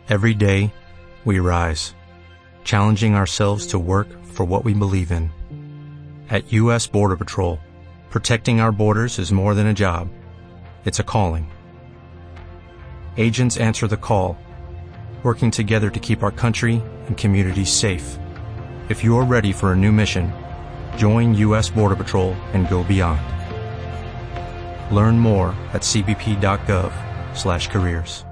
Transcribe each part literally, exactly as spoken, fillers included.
Every day, we rise, challenging ourselves to work for what we believe in. At U S Border Patrol, protecting our borders is more than a job. It's a calling. Agents answer the call, working together to keep our country and communities safe. If you're ready for a new mission, join U S Border Patrol and go beyond. Learn more at c b p dot gov slash careers.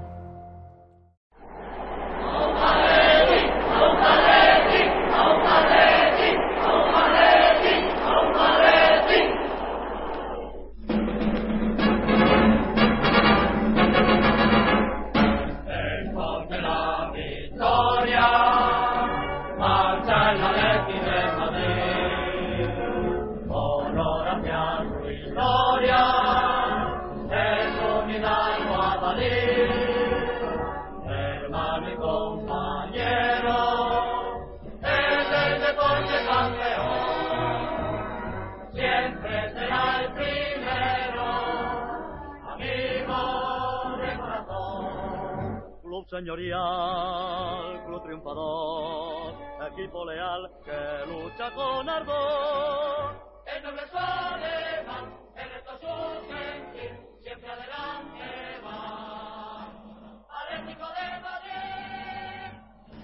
Señorial, club triunfador, equipo leal que lucha con ardor. El noble alemán, el reto su sentir, siempre adelante va. Atlético de Madrid.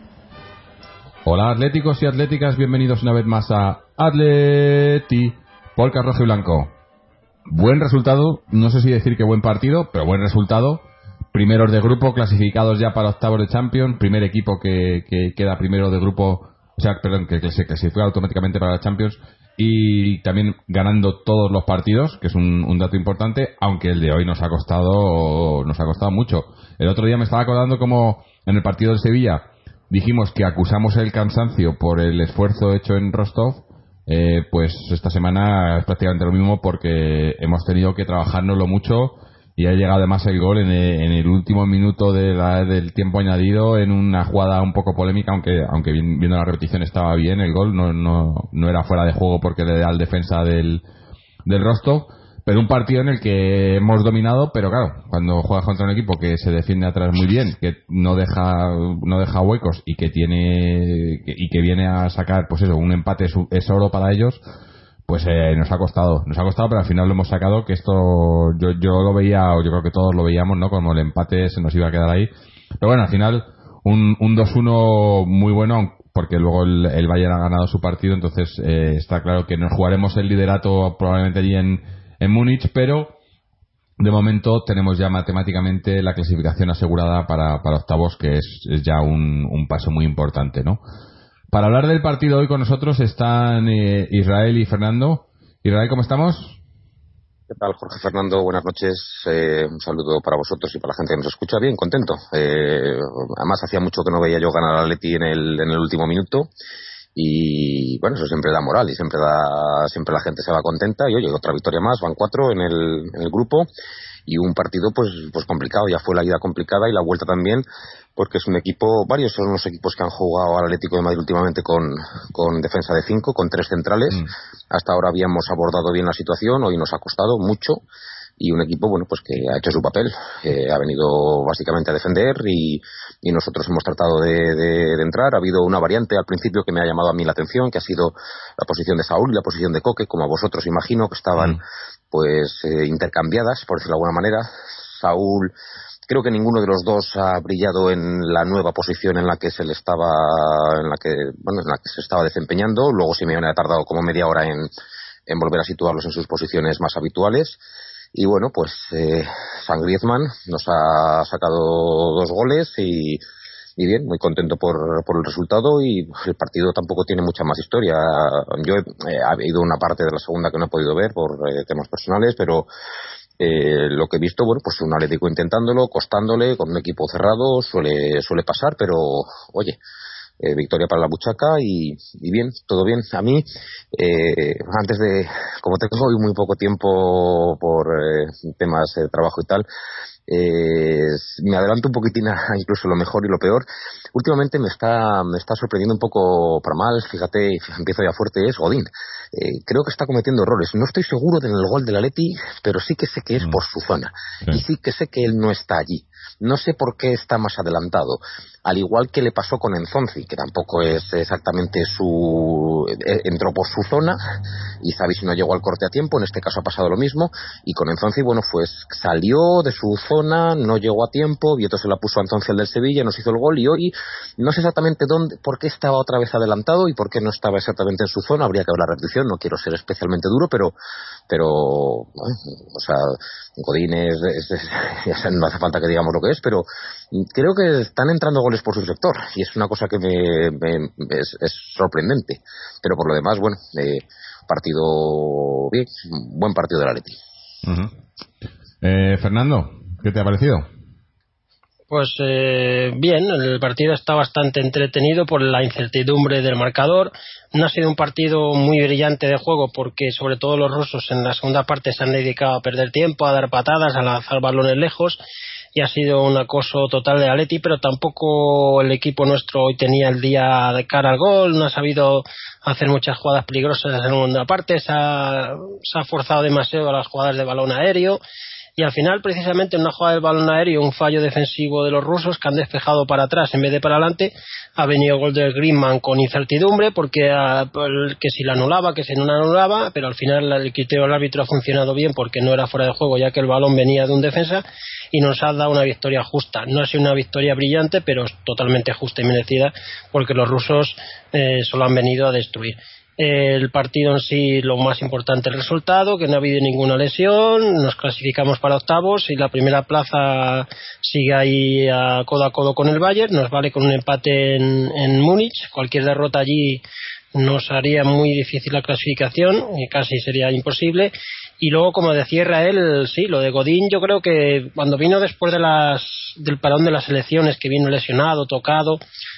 Hola atléticos y atléticas, bienvenidos una vez más a Atleti, Podcast Rojo y Blanco. Buen resultado, no sé si decir que buen partido, pero buen resultado. Primeros de grupo, clasificados ya para octavos de Champions, primer equipo que, que queda primero de grupo, o sea, perdón, que, que se clasifica automáticamente para la Champions, y también ganando todos los partidos, que es un, un dato importante, aunque el de hoy nos ha costado nos ha costado mucho. El otro día me estaba acordando como en el partido de Sevilla dijimos que acusamos el cansancio por el esfuerzo hecho en Rostov, eh, pues esta semana es prácticamente lo mismo porque hemos tenido que trabajárnoslo mucho. Y ha llegado además el gol en el, en el último minuto de la, del tiempo añadido, en una jugada un poco polémica, aunque aunque viendo la repetición estaba bien el gol, no no no era fuera de juego porque le da al defensa del, del Rostov, pero un partido en el que hemos dominado, pero claro, cuando juegas contra un equipo que se defiende atrás muy bien, que no deja no deja huecos y que tiene y que viene a sacar, pues eso, un empate es, es oro para ellos. Pues eh, nos ha costado, nos ha costado, pero al final lo hemos sacado, que esto yo yo lo veía, o yo creo que todos lo veíamos, ¿no? Como el empate se nos iba a quedar ahí. Pero bueno, al final un, un dos uno muy bueno, porque luego el, el Bayern ha ganado su partido, entonces eh, está claro que nos jugaremos el liderato probablemente allí en, en Múnich, pero de momento tenemos ya matemáticamente la clasificación asegurada para, para octavos, que es, es ya un, un paso muy importante, ¿no? Para hablar del partido hoy con nosotros están eh, Israel y Fernando. Israel, ¿cómo estamos? ¿Qué tal, Jorge Fernando? Buenas noches. Eh, un saludo para vosotros y para la gente que nos escucha. Bien, contento. Eh, además, hacía mucho que no veía yo ganar al Atleti en el, en el último minuto. Y bueno, eso siempre da moral y siempre da siempre la gente se va contenta. Y oye, otra victoria más, van cuatro en el, en el grupo. Y un partido pues pues complicado, ya fue la ida complicada y la vuelta también, porque es un equipo, varios son los equipos que han jugado al Atlético de Madrid últimamente con, con defensa de cinco, con tres centrales. Mm. Hasta ahora habíamos abordado bien la situación, hoy nos ha costado mucho, y un equipo bueno pues que ha hecho su papel, eh, ha venido básicamente a defender y, y nosotros hemos tratado de, de, de entrar. Ha habido una variante al principio que me ha llamado a mí la atención, que ha sido la posición de Saúl y la posición de Coque, como a vosotros imagino, que estaban mm. pues eh, intercambiadas, por decirlo de alguna manera. Saúl, creo que ninguno de los dos ha brillado en la nueva posición en la que se le estaba, en la que, bueno, en la que se estaba desempeñando. Luego Simeone ha tardado como media hora en, en volver a situarlos en sus posiciones más habituales. Y bueno, pues eh, San Griezmann nos ha sacado dos goles y, y bien, muy contento por, por el resultado, y el partido tampoco tiene mucha más historia. Yo he, eh, ha habido una parte de la segunda que no he podido ver por eh, temas personales, pero eh, lo que he visto, bueno, pues un Atlético intentándolo, costándole, con un equipo cerrado, suele suele pasar, pero oye, eh, victoria para la buchaca y, y bien, todo bien. A mí, eh, antes de, como tengo hoy muy poco tiempo por eh, temas de trabajo y tal, eh, me adelanto un poquitín a incluso lo mejor y lo peor. Últimamente me está me está sorprendiendo un poco para mal, fíjate, empiezo ya fuerte, es Godín. Eh, creo que está cometiendo errores. No estoy seguro del gol del Atleti, pero sí que sé que es por su zona. Sí. Y sí que sé que él no está allí. no sé por qué está más adelantado. Al igual que le pasó con Enzonzi, que tampoco es exactamente su... entró por su zona y Savic no llegó al corte a tiempo, en este caso ha pasado lo mismo, y con Enzonzi, bueno, pues salió de su zona, no llegó a tiempo, Vieto se la puso a Enzonzi, el del Sevilla, nos hizo el gol, y hoy no sé exactamente dónde, por qué estaba otra vez adelantado y por qué no estaba exactamente en su zona, habría que ver la repetición, no quiero ser especialmente duro, pero, pero bueno, o sea, Godín es, es, es, no hace falta que digamos lo que es, pero creo que están entrando goles por su sector y es una cosa que me, me es, es sorprendente, pero por lo demás, bueno, eh, partido bien, buen partido del Atleti. Uh-huh. eh, Fernando, ¿qué te ha parecido? Pues eh, bien, el partido está bastante entretenido por la incertidumbre del marcador. No ha sido un partido muy brillante de juego porque sobre todo los rusos en la segunda parte se han dedicado a perder tiempo, a dar patadas, a lanzar balones lejos, y ha sido un acoso total de Atleti, pero tampoco el equipo nuestro hoy tenía el día de cara al gol, no ha sabido hacer muchas jugadas peligrosas en la segunda parte, se ha, se ha forzado demasiado a las jugadas de balón aéreo. Y al final, precisamente en una jugada del balón aéreo, un fallo defensivo de los rusos que han despejado para atrás en vez de para adelante, ha venido el gol de Griezmann con incertidumbre porque a, que si la anulaba, que si no la anulaba, pero al final el criterio del árbitro ha funcionado bien porque no era fuera de juego ya que el balón venía de un defensa y nos ha dado una victoria justa. No ha sido una victoria brillante, pero totalmente justa y merecida porque los rusos eh, solo han venido a destruir. El partido en sí, lo más importante, el resultado, que no ha habido ninguna lesión, nos clasificamos para octavos y la primera plaza sigue ahí a codo a codo con el Bayern, nos vale con un empate en, en Múnich, cualquier derrota allí nos haría muy difícil la clasificación y casi sería imposible. Y luego, como decía Israel, sí, lo de Godín, yo creo que cuando vino después de las del parón de las elecciones, que vino lesionado, tocado,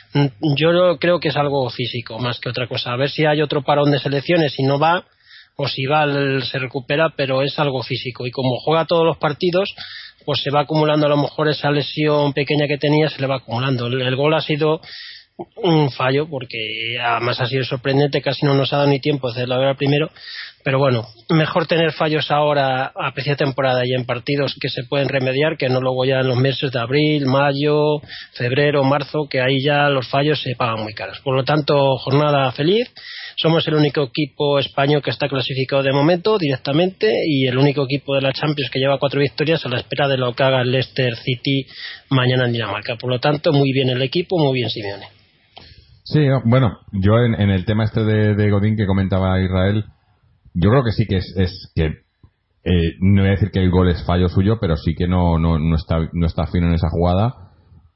yo creo que es algo físico más que otra cosa. A ver si hay otro parón de selecciones y no va, o si va se recupera, pero es algo físico. Y como juega todos los partidos, pues se va acumulando, a lo mejor esa lesión pequeña que tenía se le va acumulando. El, el gol ha sido un fallo porque además ha sido sorprendente, casi no nos ha dado ni tiempo de celebrar primero, pero bueno, mejor tener fallos ahora a precio de temporada y en partidos que se pueden remediar que no luego ya en los meses de abril, mayo, febrero, marzo, que ahí ya los fallos se pagan muy caros. Por lo tanto, jornada feliz. Somos el único equipo español que está clasificado de momento directamente y el único equipo de la Champions que lleva cuatro victorias a la espera de lo que haga el Leicester City mañana en Dinamarca. Por lo tanto, muy bien el equipo, muy bien Simeone. Sí, bueno, yo en, en el tema este de, de Godín que comentaba Israel, yo creo que sí que es, es que eh, no voy a decir que el gol es fallo suyo, pero sí que no, no, no está no está fino en esa jugada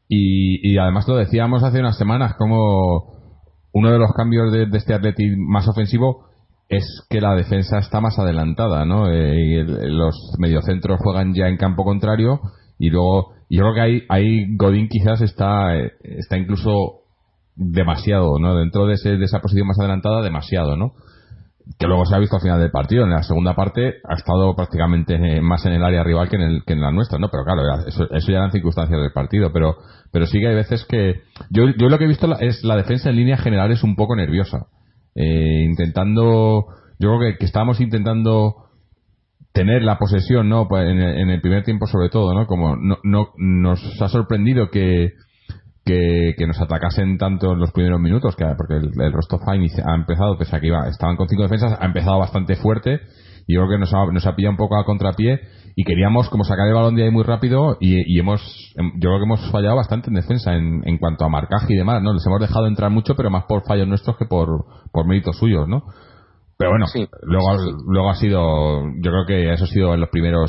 y, y además lo decíamos hace unas semanas como uno de los cambios de, de este Atleti más ofensivo es que la defensa está más adelantada, ¿no? Eh, y el, los mediocentros juegan ya en campo contrario y luego yo creo que ahí, ahí Godín quizás está eh, está incluso demasiado, ¿no? Dentro de, ese, de esa posición más adelantada, demasiado, ¿no? Que luego se ha visto al final del partido. En la segunda parte ha estado prácticamente más en el área rival que en, el, que en la nuestra, ¿no? Pero claro, eso, eso ya eran circunstancias del partido. Pero pero sí que hay veces que... Yo, yo lo que he visto es la defensa en línea general es un poco nerviosa. Eh, intentando... Yo creo que, que estábamos intentando tener la posesión, ¿no? Pues en, el, en el primer tiempo sobre todo, ¿no? Como no, no nos ha sorprendido que... Que, que nos atacasen tanto en los primeros minutos, que porque el, el Rostov ha empezado, pese a que iba, estaban con cinco defensas, ha empezado bastante fuerte y yo creo que nos ha, nos ha pillado un poco a contrapié y queríamos como sacar el balón de ahí muy rápido y, y hemos, yo creo que hemos fallado bastante en defensa en, en cuanto a marcaje y demás, ¿no? Les hemos dejado entrar mucho, pero más por fallos nuestros que por, por méritos suyos, ¿no? Pero bueno, sí, luego, sí. luego ha sido, yo creo que eso ha sido en los primeros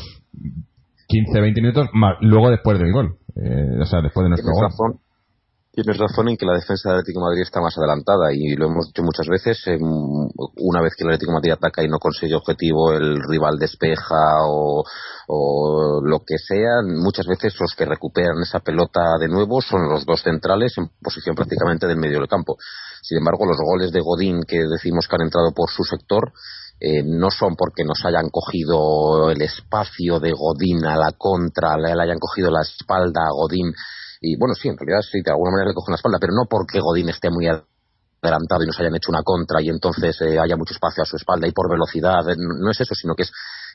quince veinte minutos, más, luego después del gol, eh, o sea, después de nuestro gol. Razón. Tienes razón en que la defensa del Atlético de Madrid está más adelantada y lo hemos dicho muchas veces. Eh, una vez que el Atlético de Madrid ataca y no consigue objetivo, el rival despeja o, o lo que sea, muchas veces los que recuperan esa pelota de nuevo son los dos centrales en posición prácticamente del medio del campo. Sin embargo, los goles de Godín que decimos que han entrado por su sector eh, no son porque nos hayan cogido el espacio de Godín a la contra, le hayan cogido la espalda a Godín. Y bueno, sí, en realidad sí, de alguna manera le cogen la espalda, pero no porque Godín esté muy adelantado y nos hayan hecho una contra y entonces eh, haya mucho espacio a su espalda y por velocidad, no es eso, sino que es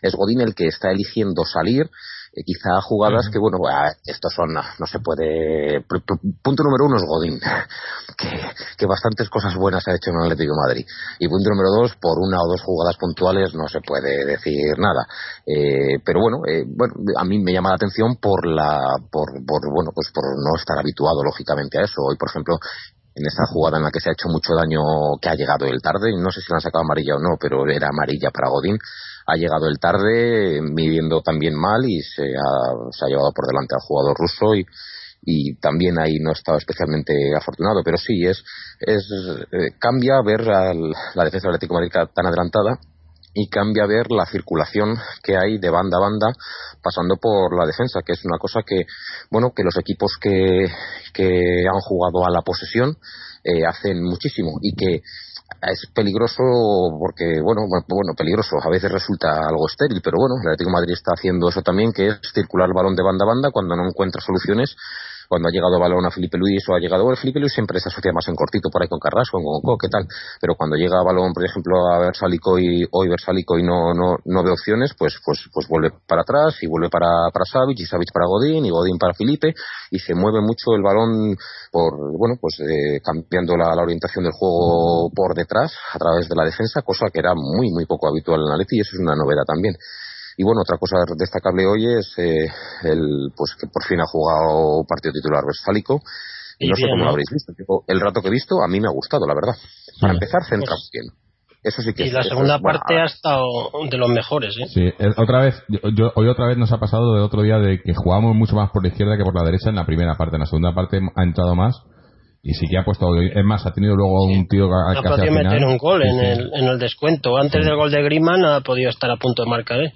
es Godín el que está eligiendo salir. Eh, quizá jugadas que, bueno, bah, estos son, no, no se puede. P- p- punto número uno es Godín, que, que bastantes cosas buenas ha hecho en el Atlético de Madrid. Y punto número dos, por una o dos jugadas puntuales no se puede decir nada. Eh, pero bueno, eh, bueno, a mí me llama la atención por la, por, por, bueno, pues por no estar habituado lógicamente a eso. Hoy, por ejemplo, en esa jugada en la que se ha hecho mucho daño, que ha llegado él tarde, no sé si le han sacado amarilla o no, pero era amarilla para Godín, ha llegado él tarde, midiendo también mal y se ha, se ha llevado por delante al jugador ruso y, y también ahí no ha estado especialmente afortunado, pero sí, es, es eh, cambia ver al, la defensa del Atlético de Madrid tan adelantada y cambia ver la circulación que hay de banda a banda pasando por la defensa, que es una cosa que, bueno, que los equipos que, que han jugado a la posesión eh, hacen muchísimo y que es peligroso porque, bueno, bueno, peligroso, a veces resulta algo estéril, pero bueno, el Atlético de Madrid está haciendo eso también, que es circular el balón de banda a banda cuando no encuentra soluciones. Cuando ha llegado balón a Felipe Luis o ha llegado bueno, Felipe Luis siempre se asocia más en cortito por ahí con Carrasco, con Coque, tal, pero cuando llega balón, por ejemplo, a Versalico y hoy Versalico y no no no ve opciones, pues pues pues vuelve para atrás y vuelve para para Savic y Savic para Godín y Godín para Felipe y se mueve mucho el balón por bueno, pues eh, cambiando la, la orientación del juego por detrás a través de la defensa, cosa que era muy muy poco habitual en la Atleti y eso es una novedad también. Y bueno, otra cosa destacable hoy es eh, el pues que por fin ha jugado partido titular Versalico y, y no bien, sé cómo ¿no? lo habréis visto. El rato que he visto a mí me ha gustado, la verdad. Para sí. empezar, centrado pues, bien. Eso sí que y es, la segunda es, parte bueno, ha estado de los mejores, ¿eh? Sí, otra vez, yo, yo, hoy otra vez nos ha pasado de otro día de que jugamos mucho más por la izquierda que por la derecha en la primera parte. En la segunda parte ha entrado más. Y sí que ha puesto, es más, ha tenido luego sí. un tío que ha podido meter un gol sí, en, sí. El, en el descuento. Antes sí. del gol de Griezmann ha podido estar a punto de marcar, ¿eh?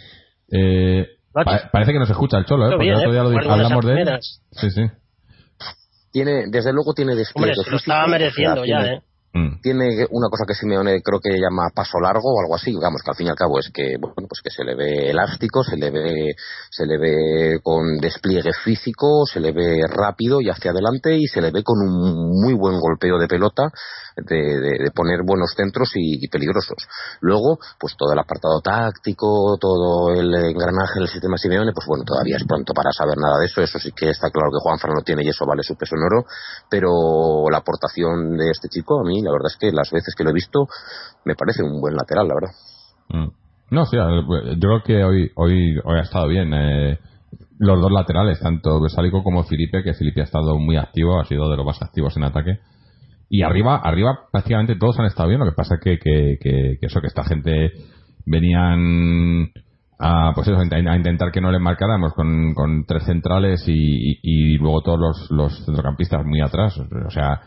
Eh, pa- parece que nos escucha el Cholo, ¿eh? Porque bien, el otro día lo, hablamos de él. Sí, sí. Tiene, desde luego tiene despliegue. Hombre, se lo estaba mereciendo ya, tiene, ¿eh? Tiene una cosa que Simeone creo que llama paso largo o algo así, digamos que al fin y al cabo es que bueno, pues que se le ve elástico, se le ve se le ve con despliegue físico, se le ve rápido y hacia adelante y se le ve con un muy buen golpeo de pelota de, de, de poner buenos centros y, y peligrosos. Luego, pues todo el apartado táctico, todo el engranaje del sistema Simeone, pues bueno, todavía es pronto para saber nada de eso, eso sí que está claro que Juanfran lo tiene y eso vale su peso en oro, pero la aportación de este chico a mí la verdad es que las veces que lo he visto me parece un buen lateral, la verdad. Mm. No, sí, yo creo que hoy hoy hoy ha estado bien. Eh, los dos laterales, tanto Versalico como Felipe, que Felipe ha estado muy activo, ha sido de los más activos en ataque. Y arriba arriba prácticamente todos han estado bien. Lo que pasa es que, que, que, que eso, que esta gente venían a, pues eso, a intentar que no les marcáramos con, con tres centrales y, y, y luego todos los, los centrocampistas muy atrás. O sea,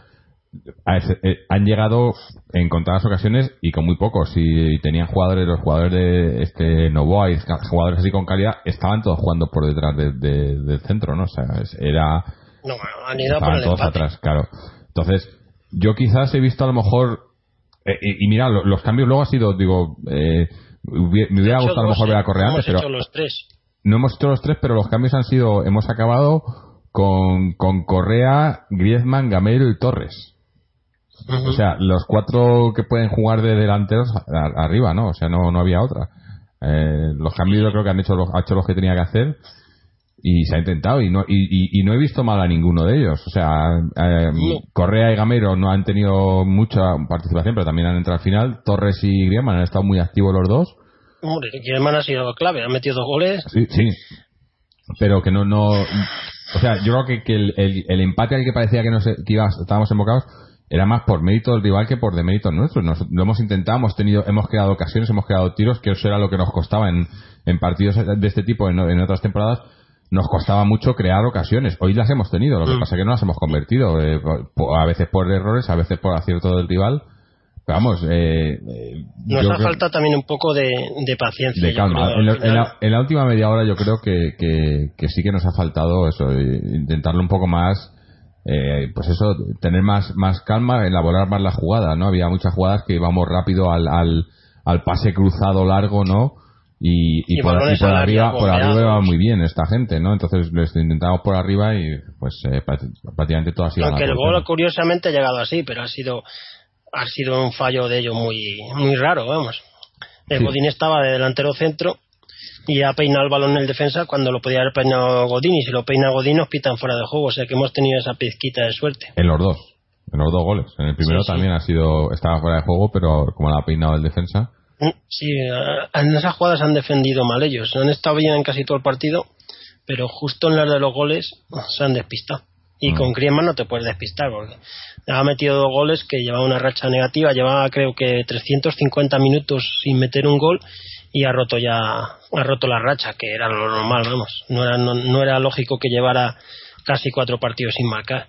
han llegado en contadas ocasiones y con muy pocos. Si tenían jugadores, los jugadores de este Novoa y jugadores así con calidad, estaban todos jugando por detrás de, de, del centro, ¿no? O sea, era no, han ido estaban por el todos empate. Atrás, claro. Entonces, yo quizás he visto a lo mejor eh, y, y mira, los, los cambios luego ha sido, digo, eh, hubiera, me hubiera gustado a lo mejor ver a Correa antes, pero los tres. no hemos hecho los tres, pero los cambios han sido, hemos acabado con, con Correa, Griezmann, Gameiro y Torres. Uh-huh. O sea, los cuatro que pueden jugar de delanteros a, arriba, ¿no? O sea, no, no había otra. Eh, los cambios yo creo que han hecho los, ha hecho los que tenía que hacer y se ha intentado y no y, y, y no he visto mal a ninguno de ellos. O sea, eh, no. Correa y Gameiro no han tenido mucha participación, pero también han entrado al final. Torres y Griezmann han estado muy activos los dos. Hombre, Griezmann ha sido clave, ha metido dos goles. Sí, sí. Pero que no, no, o sea, yo creo que, que el, el, el empate al que parecía que, nos, que iba, estábamos embocados era más por mérito del rival que por demérito nuestro. Nos, lo hemos intentado, hemos tenido, hemos creado ocasiones, hemos creado tiros, que eso era lo que nos costaba en, en partidos de este tipo en, en otras temporadas. Nos costaba mucho crear ocasiones. Hoy las hemos tenido, lo que mm. pasa es que no las hemos convertido. Eh, a veces por errores, a veces por acierto del rival. Pero vamos, eh, eh, nos ha faltado también un poco de, de paciencia. De calma. Creo, en, la, en, la, en la última media hora yo creo que, que, que sí que nos ha faltado eso, intentarlo un poco más. Eh, pues eso, tener más más calma, elaborar más la jugada, ¿no? Había muchas jugadas que íbamos rápido al, al, al pase cruzado largo, ¿no? Y, y, y por, y por arriba por arriba va muy bien esta gente, ¿no? Entonces lo intentamos por arriba y pues eh, prácticamente todo ha sido. Aunque el gol curiosamente ha llegado así, pero ha sido ha sido un fallo de ellos muy muy raro, vamos. El Sí. Godín estaba de delantero centro y ha peinado el balón en el defensa cuando lo podía haber peinado Godín, y si lo peina Godín nos pitan fuera de juego, o sea que hemos tenido esa pizquita de suerte. En los dos, en los dos goles. En el primero Sí, sí. también ha sido, estaba fuera de juego, pero como la ha peinado el defensa. Sí, en esas jugadas han defendido mal ellos, han estado bien en casi todo el partido, pero justo en las de los goles se han despistado. Y Mm. con Griezmann no te puedes despistar, porque ha metido dos goles que llevaba una racha negativa, llevaba creo que trescientos cincuenta minutos sin meter un gol, y ha roto ya, ha roto la racha, que era lo normal, vamos. No era, no, no era lógico que llevara casi cuatro partidos sin marcar.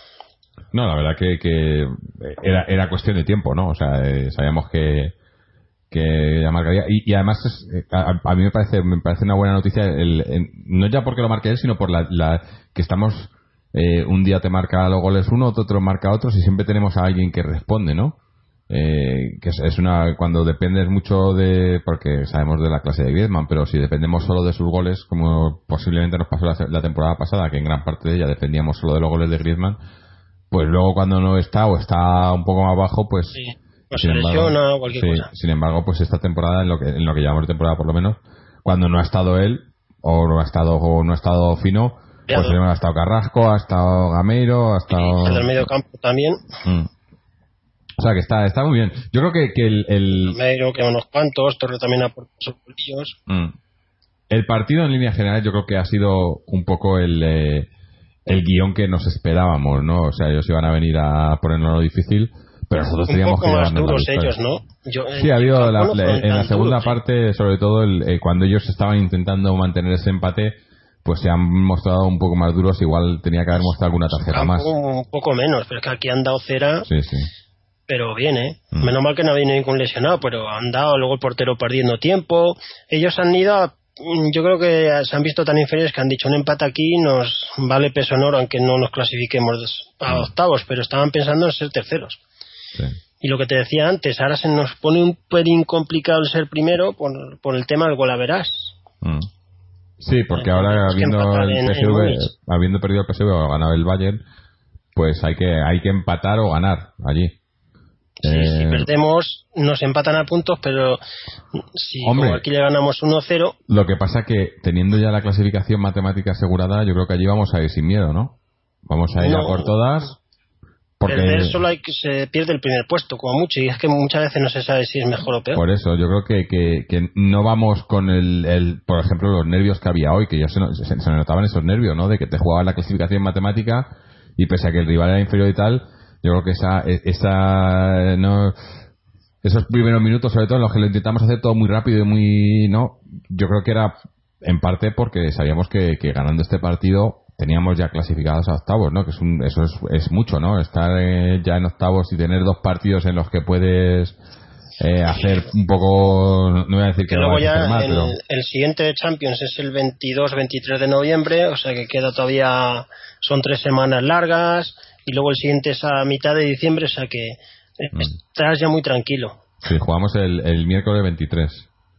No, la verdad que, que era, era cuestión de tiempo, ¿no? O sea, eh, sabíamos que, que ya marcaría. Y, y además, es, a, a mí me parece me parece una buena noticia, el, el, no ya porque lo marque él, sino por la, la que estamos, eh, un día te marca los goles uno, otro te lo marca otros, y siempre tenemos a alguien que responde, ¿no? Eh, que es, es una cuando dependes mucho de, porque sabemos de la clase de Griezmann, pero si dependemos solo de sus goles, como posiblemente nos pasó la, la temporada pasada, que en gran parte de ella dependíamos solo de los goles de Griezmann, pues luego cuando no está o está un poco más bajo, pues Sí, o sin se embargo, lesiona o cualquier sí, cosa. sin embargo, pues esta temporada, en lo que en lo que llevamos de temporada por lo menos, cuando no ha estado él o no ha estado o no ha estado fino, pues Claro. ha estado Carrasco, ha estado Gameiro, ha estado En el medio campo también, Mm. O sea que está está muy bien. Yo creo que, que el, el, Meiro, que unos cuantos, Torre también ha puesto sus bolillos. Mm. el partido en líneas generales yo creo que ha sido un poco el, eh, el guión que nos esperábamos, ¿no? O sea, ellos iban a venir a ponernos lo difícil, pero nosotros Un teníamos poco que más llevarnos la duros victoria. ellos, ¿no? Yo, Sí, ha habido la- Japón no la- fueron en la tan segunda duros, sí. parte, sobre todo el, eh, cuando ellos estaban intentando mantener ese empate, pues se han mostrado un poco más duros. Igual tenía que haber mostrado alguna tarjeta Campo más. un poco menos, pero es que aquí han dado cera, Sí, sí. pero bien, ¿eh? Mm. Menos mal que no ha habido ningún lesionado, pero han dado luego el portero perdiendo tiempo. Ellos han ido a, yo creo que se han visto tan inferiores que han dicho un empate aquí nos vale peso en oro, aunque no nos clasifiquemos a Mm. octavos, pero estaban pensando en ser terceros. Sí. Y lo que te decía antes, ahora se nos pone un pelín complicado el ser primero por, por el tema del golaverás. Mm. Sí, porque Eh, ahora tenemos que habiendo empatar el en- en P S V, Múnich. habiendo perdido el P S V o ganado el Bayern, pues hay que hay que empatar o ganar allí. Sí, Eh, si perdemos, nos empatan a puntos, pero si Hombre. como aquí le ganamos uno cero, Lo que pasa que teniendo ya la clasificación matemática asegurada, yo creo que allí vamos a ir sin miedo, ¿no? Vamos a ir No. a por todas. Porque perder solo hay que se pierde el primer puesto, como mucho, y es que muchas veces no se sabe si es mejor o peor. por eso yo creo que, que, que no vamos con el, el, por ejemplo, los nervios que había hoy, que ya se, nos- se, se notaban esos nervios, ¿no? De que te jugabas la clasificación matemática y pese a que el rival era inferior y tal, yo creo que esa, esa, no, esos primeros minutos, sobre todo en los que lo intentamos hacer todo muy rápido y muy, ¿no? Yo creo que era en parte porque sabíamos que, que ganando este partido teníamos ya clasificados a octavos, ¿no? Que es un, eso es, es mucho, ¿no? Estar eh, ya en octavos y tener dos partidos en los que puedes eh, hacer un poco, no voy a decir que Que no luego vayas a ya hacer mal, el, pero el siguiente de Champions es el veintidós veintitrés de noviembre, o sea que queda todavía, son tres semanas largas, y luego el siguiente es a mitad de diciembre, o sea que eh, Mm. estás ya muy tranquilo. sí, jugamos el, el miércoles veintitrés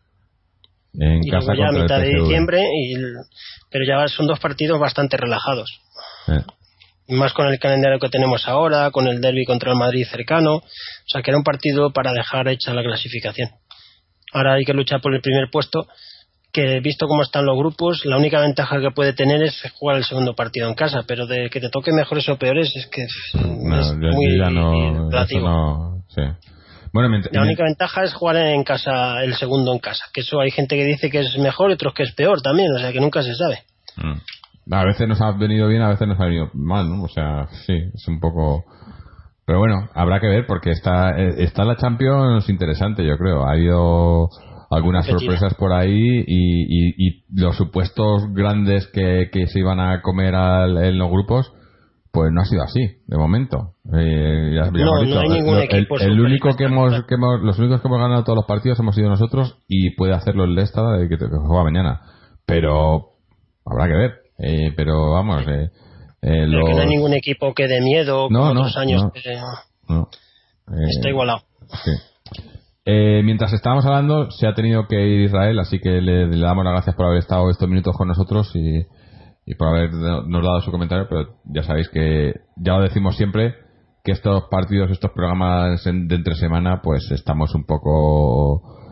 en Y casa luego ya a contra mitad el de P S V. diciembre, y el- pero ya son dos partidos bastante relajados. Eh, Y más con el calendario que tenemos ahora, con el derbi contra el Madrid cercano, o sea que era un partido para dejar hecha la clasificación. Ahora hay que luchar por el primer puesto, que visto cómo están los grupos, la única ventaja que puede tener es jugar el segundo partido en casa, pero de que te toque mejores o peores es que no, es yo- muy yo ya no, relativo. eso no, sí. Bueno, mient- La única ventaja es jugar en casa, el segundo en casa, que eso hay gente que dice que es mejor y otros que es peor también, o sea que nunca se sabe. Mm. A veces nos ha venido bien, a veces nos ha venido mal, ¿no? O sea, sí, es un poco... Pero bueno, habrá que ver porque está, eh, está la Champions interesante, yo creo. Ha habido algunas Competida. sorpresas por ahí y, y, y los supuestos grandes que, que se iban a comer al- en los grupos, pues no ha sido así, de momento. Eh, ya- ya No, hemos no dicho, hay ningún el, equipo el super único que hemos, espectacular. que hemos, los únicos que hemos ganado todos los partidos hemos sido nosotros y puede hacerlo el Leicester que, que juega mañana. Pero habrá que ver. Eh, pero vamos, eh, eh, Pero los- que no hay ningún equipo que dé miedo No, como no, otros años. no. que no. Eh, está igualado. sí. Eh, mientras estábamos hablando, se ha tenido que ir Israel, así que le, le damos las gracias por haber estado estos minutos con nosotros y, y por habernos dado su comentario, pero ya sabéis que, ya lo decimos siempre, que estos partidos, estos programas en- de entre semana, pues estamos un poco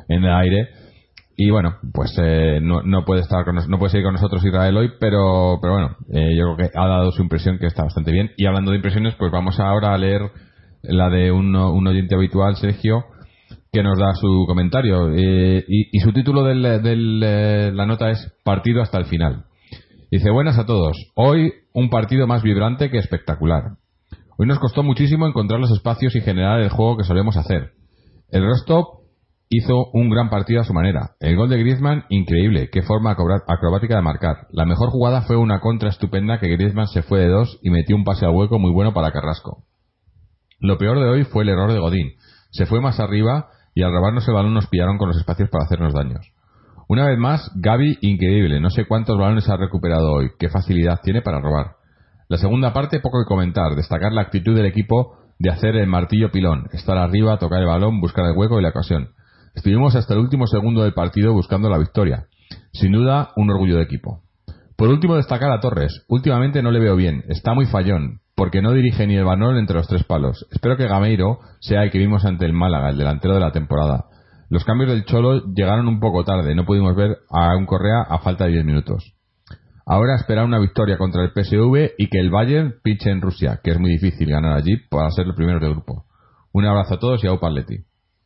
en el aire. Y bueno, pues eh, no, no puede estar con nos, no puede seguir con nosotros Israel hoy, pero pero bueno, eh, yo creo que ha dado su impresión, que está bastante bien. Y hablando de impresiones, pues vamos ahora a leer la de un, un oyente habitual, Sergio, que nos da su comentario. Eh, y, y su título de eh, la nota es Partido hasta el final. Dice: buenas a todos. Hoy un partido más vibrante que espectacular. Hoy nos costó muchísimo encontrar los espacios y generar el juego que solemos hacer. El Rostov hizo un gran partido a su manera. El gol de Griezmann, increíble. Qué forma acrobática de marcar. La mejor jugada fue una contra estupenda que Griezmann se fue de dos y metió un pase al hueco muy bueno para Carrasco. Lo peor de hoy fue el error de Godín. Se fue más arriba y al robarnos el balón nos pillaron con los espacios para hacernos daños. Una vez más, Gavi, increíble. No sé cuántos balones ha recuperado hoy. Qué facilidad tiene para robar. La segunda parte, poco que comentar. Destacar la actitud del equipo de hacer el martillo pilón. Estar arriba, tocar el balón, buscar el hueco y la ocasión. Estuvimos hasta el último segundo del partido buscando la victoria. Sin duda, un orgullo de equipo. Por último, destacar a Torres. Últimamente no le veo bien. Está muy fallón, porque no dirige ni el balón entre los tres palos. Espero que Gameiro sea el que vimos ante el Málaga, el delantero de la temporada. Los cambios del Cholo llegaron un poco tarde. No pudimos ver a un Correa a falta de diez minutos. Ahora esperar una victoria contra el P S V y que el Bayern pinche en Rusia, que es muy difícil ganar allí para ser los primeros del grupo. Un abrazo a todos y a Upaletti.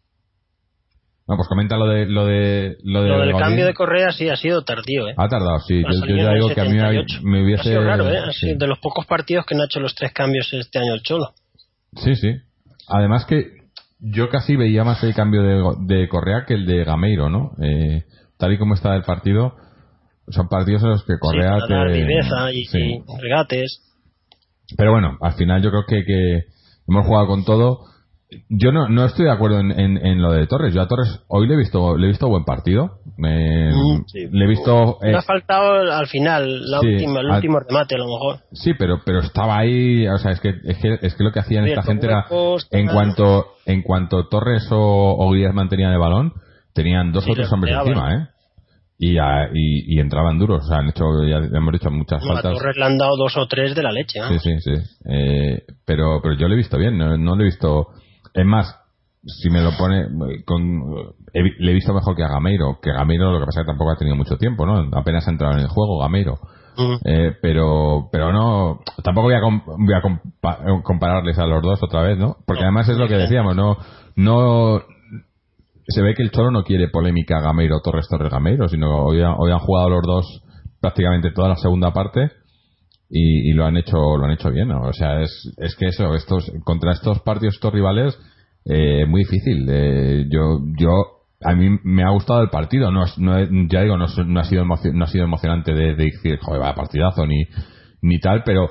No, pues comenta lo de lo de lo, de lo del Godín. Cambio de Correa sí ha sido tardío, ¿eh? Ha tardado, sí. Yo, yo ya digo que a mí me, me hubiese... Ha sido raro, ¿eh? Ha sí. sido de los pocos partidos que no ha hecho los tres cambios este año el Cholo. Sí, sí. Además que yo casi veía más el cambio de, de Correa que el de Gameiro, ¿no? Eh, tal y como está el partido, son partidos en los que Correa sí, para te... dar viveza y, sí. y regates. Pero bueno, al final yo creo que, que hemos jugado con todo. Yo no, no estoy de acuerdo en, en, en lo de Torres. Yo a Torres hoy le he visto le he visto buen partido. Me, mm, sí. Le he visto. Me eh, ha faltado al final, la sí, última, el al, último remate a lo mejor. Sí, pero pero estaba ahí. O sea, es que es que, es que lo que hacían sí, esta gente era en cuanto en cuanto Torres o, o Griezmann tenían el balón, tenían dos sí, o tres hombres encima, ¿eh? Y, a, y, y entraban duros. O sea, han hecho, ya hemos dicho muchas no, faltas. A Torres le han dado dos o tres de la leche, ¿no? Sí, sí, sí. Eh, pero pero yo le he visto bien. No, no le he visto. Es más, si me lo pone con, he, le he visto mejor que a Gameiro, que Gameiro lo que pasa es que tampoco ha tenido mucho tiempo, ¿no? Apenas ha entrado en el juego Gameiro. Uh-huh. eh, pero pero no, tampoco voy a, comp- voy a compa- compararles a los dos otra vez, ¿no? Porque no, además es lo que decíamos, no no se ve que el Cholo no quiere polémica Gameiro Torres Torres Gameiro, sino hoy, ha, hoy han jugado los dos prácticamente toda la segunda parte. Y, y lo han hecho lo han hecho bien, ¿no? O sea, es es que eso, estos contra estos partidos, estos rivales, eh, muy difícil. Eh, yo yo a mí me ha gustado el partido, no, no ya digo, no, no ha sido emoci- no ha sido emocionante de, de decir, joder, vaya partidazo ni ni tal, pero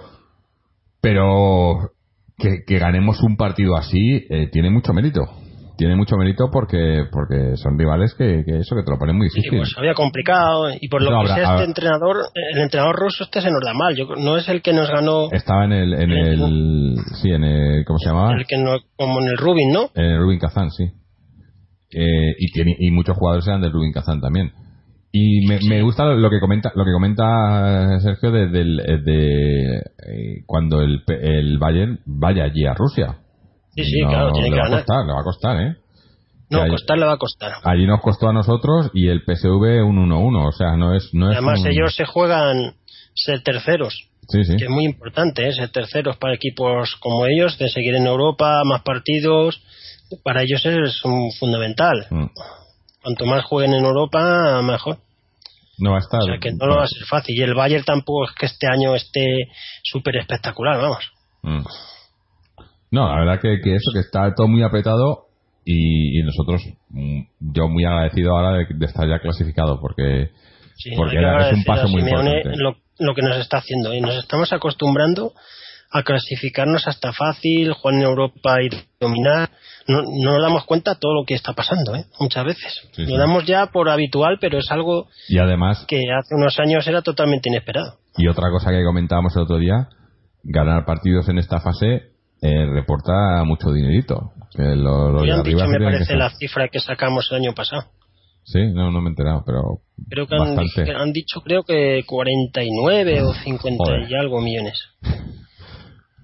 pero que, que ganemos un partido así eh, tiene mucho mérito. Tiene mucho mérito porque porque son rivales que, que eso que te lo ponen muy difícil. Sí, pues había complicado y por lo no, que habrá, sea este habrá... entrenador, el entrenador ruso este se nos da mal. Yo no es el que nos ganó. Estaba en el en el, el sí en el ¿cómo se llamaba? El que no, como en el Rubin, ¿no? En el Rubin Kazán, sí. Eh, y tiene y muchos jugadores eran del Rubin Kazán también. Y me, sí. me gusta lo que comenta lo que comenta Sergio de, de, de, de eh, cuando el el Bayern vaya allí a Rusia. Sí, sí, no, claro, tiene le que va ganar. A costar, le va a costar, ¿eh? No, allí, costar le va a costar. Allí nos costó a nosotros y el P S V un uno uno, o sea, no es... No es Además, un... ellos se juegan ser terceros, sí, sí. que es muy importante, ¿eh? Ser terceros para equipos como ellos, de seguir en Europa, más partidos, para ellos es un fundamental. Mm. Cuanto más jueguen en Europa, mejor. No va a estar... O sea, que no lo va a ser fácil. Y el Bayern tampoco es que este año esté súper espectacular, vamos. Mm. No, la verdad que, que eso, que está todo muy apretado y, y nosotros, yo muy agradecido ahora de, de estar ya clasificado porque, sí, porque es un paso muy Simeone importante. Lo, lo que nos está haciendo y nos estamos acostumbrando a clasificarnos hasta fácil, jugar en Europa y dominar. No, no nos damos cuenta de todo lo que está pasando, ¿eh? Muchas veces. Sí, lo sí. damos ya por habitual, pero es algo y además, que hace unos años era totalmente inesperado. Y otra cosa que comentábamos el otro día, ganar partidos en esta fase eh, reporta mucho dinerito. Que lo, lo y de han arriba dicho, me parece, que la cifra que sacamos el año pasado. Sí, no, no me he enterado, pero creo que han, bastante. han dicho, creo que cuarenta y nueve o cincuenta Joder. y algo millones.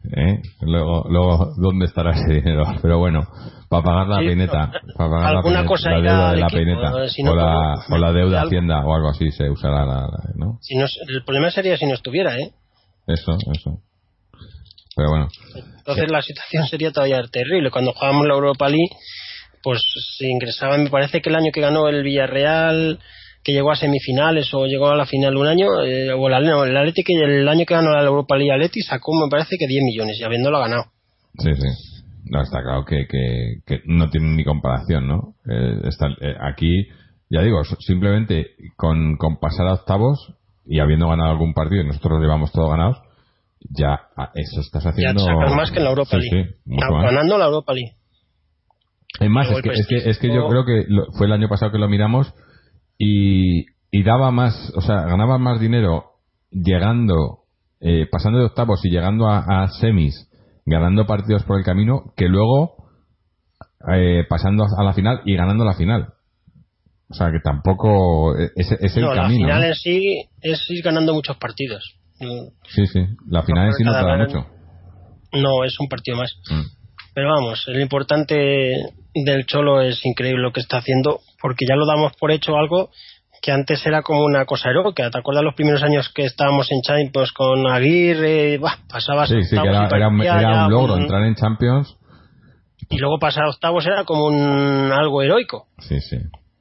¿Eh? Luego, luego, ¿dónde estará ese dinero? Pero bueno, para pagar la sí, peineta, para pagar alguna la, peineta, cosa la deuda de la equipo, peineta, si no, o, la, no, o la deuda algo. Hacienda o algo así se usará, la, la, ¿no? Si no, el problema sería si no estuviera, ¿eh? Eso, eso. Pero bueno. Entonces sí. La situación sería todavía terrible. Cuando jugábamos la Europa League, pues se ingresaban, me parece que el año que ganó el Villarreal, que llegó a semifinales o llegó a la final un año, eh, o la, no, el Atleti, que el año que ganó la Europa League Atleti sacó, me parece que diez millones, y habiéndolo ganado. Sí, sí. No, está claro que, que, que no tiene ni comparación, ¿no? Eh, está, eh, aquí, ya digo, simplemente con, con pasar a octavos y habiendo ganado algún partido, y nosotros llevamos todo ganados, ya eso estás haciendo. Ya sacas más que en la Europa sí, League. Sí, mucho más. Más. Ganando la Europa League. Es más, es que, es que, es que yo creo que lo, fue el año pasado que lo miramos y, y daba más, o sea, ganaba más dinero llegando, eh, pasando de octavos y llegando a, a semis, ganando partidos por el camino, que luego eh, pasando a la final y ganando la final. O sea, que tampoco es, es el no, camino. La final ¿no? en sí es ir ganando muchos partidos. Sí, sí, la final no, en sí no te da mucho. No, es un partido más. Mm. Pero vamos, lo importante del Cholo es increíble lo que está haciendo, porque ya lo damos por hecho algo que antes era como una cosa heroica. ¿Te acuerdas los primeros años que estábamos en Champions con Aguirre? Bah, pasabas sí, sí, que era, era, un, era un logro un... entrar en Champions. Y luego pasar a octavos era como un algo heroico. Sí, sí.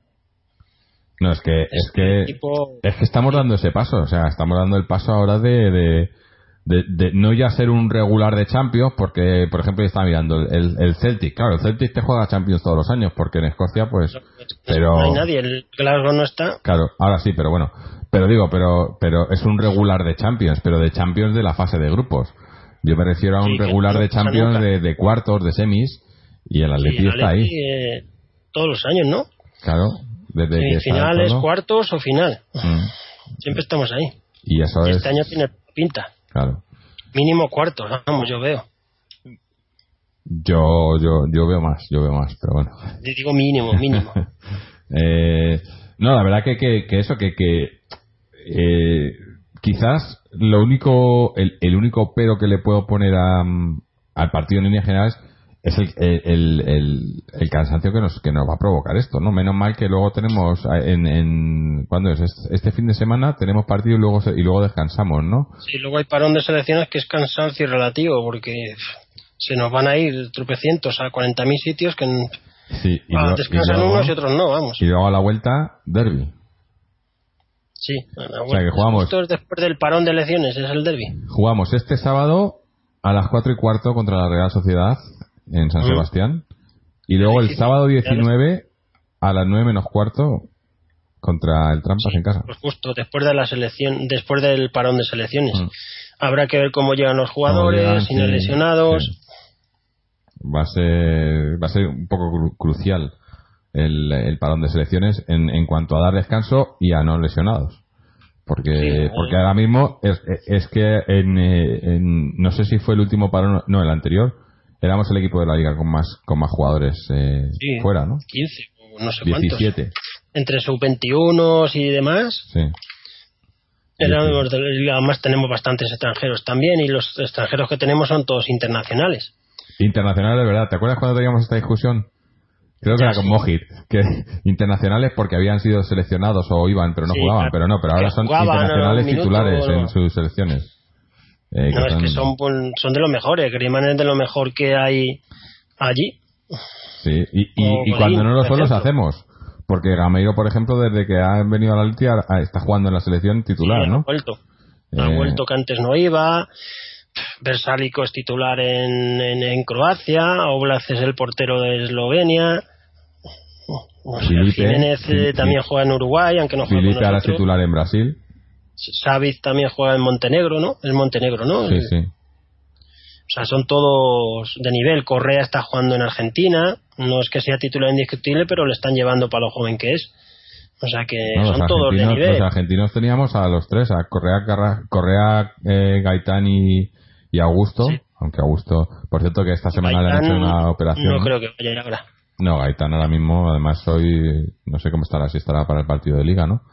No, es que, es, es que, tipo... es que estamos dando ese paso, o sea, estamos dando el paso ahora de, de, de, de no ya ser un regular de Champions, porque, por ejemplo, yo estaba mirando el, el Celtic, claro, el Celtic te juega Champions todos los años, porque en Escocia, pues, no, es, pero... No hay nadie, el Glasgow no está. Claro, ahora sí, pero bueno, pero digo, pero, pero es un regular de Champions, pero de Champions de la fase de grupos. Yo me refiero a un sí, regular no de Champions de, de cuartos, de semis, y el Atleti sí, está ahí. Eh, todos los años, ¿no? Claro. Desde sí, que finales, cuartos o final. Mm. Siempre estamos ahí. Y eso este es... año tiene pinta. Claro. Mínimo cuartos, vamos, yo veo. Yo, yo, yo veo más, yo veo más, pero bueno. Yo digo mínimo, mínimo. eh, no, la verdad que, que, que eso, que, que eh, quizás lo único, el, el único pero que le puedo poner a, al partido en líneas generales es el, el, el, el cansancio que nos que nos va a provocar esto, ¿no? Menos mal que luego tenemos en, en ¿cuándo es? Este fin de semana tenemos partido y luego y luego descansamos, ¿no? Sí, luego hay parón de selecciones que es cansancio relativo porque se nos van a ir tropecientos a cuarenta mil sitios que sí, y ah, luego, descansan y luego, unos y otros no, vamos. Y luego a la vuelta, derbi. Sí, a la vuelta. O sea que jugamos. Esto es después del parón de elecciones, es el derbi. Jugamos este sábado a las cuatro y cuarto contra la Real Sociedad en San Sebastián, y luego el sábado diecinueve a las nueve menos cuarto contra el Trampas sí, en casa. Pues justo después de la selección, después del parón de selecciones. Mm. Habrá que ver cómo llegan los jugadores, llegan, sin sí, lesionados. Sí. Va a ser va a ser un poco cru- crucial el, el parón de selecciones en, en cuanto a dar descanso y a no lesionados. Porque sí, porque ahora mismo es, es que en, en no sé si fue el último parón, no, el anterior, éramos el equipo de la liga con más con más jugadores eh, sí, fuera, ¿no? quince, no sé diecisiete. Cuántos. Entre sub veintiuno y demás. Sí. Éramos, además tenemos bastantes extranjeros también y los extranjeros que tenemos son todos internacionales. Internacionales, de verdad. ¿Te acuerdas cuando teníamos esta discusión? Creo que ya, era con sí. Mohit, que internacionales porque habían sido seleccionados o iban, pero no sí, jugaban, pero no, pero ahora son jugaban, internacionales minuto, titulares bueno. en sus selecciones. Eh, no, es son... que son, son de los mejores. Griezmann es de lo mejor que hay allí. Sí, y, y, y cuando no lo son los hacemos. Porque Gameiro, por ejemplo, desde que ha venido a la Atleti está jugando en la selección titular, sí, ¿no? Ha vuelto. Eh... Ha vuelto que antes no iba. Versálico es titular en, en, en Croacia. Oblak es el portero de Eslovenia. O sea, Filipe, Jiménez Filipe, también juega en Uruguay, aunque no juega Filipe con ahora es titular en Brasil. Savic también juega en Montenegro, ¿no? Es Montenegro, ¿no? Sí, sí. O sea, son todos de nivel. Correa está jugando en Argentina. No es que sea titular indiscutible, pero le están llevando para lo joven que es. O sea que no, son todos de nivel. Los argentinos teníamos a los tres, a Correa, Carra, Correa eh, Gaitán y, y Augusto. Sí. Aunque Augusto, por cierto, que esta semana Gaitán, le han hecho una operación. No creo que vaya a ir ahora. No, Gaitán ahora mismo, además hoy, no sé cómo estará, si estará para el partido de Liga, ¿no?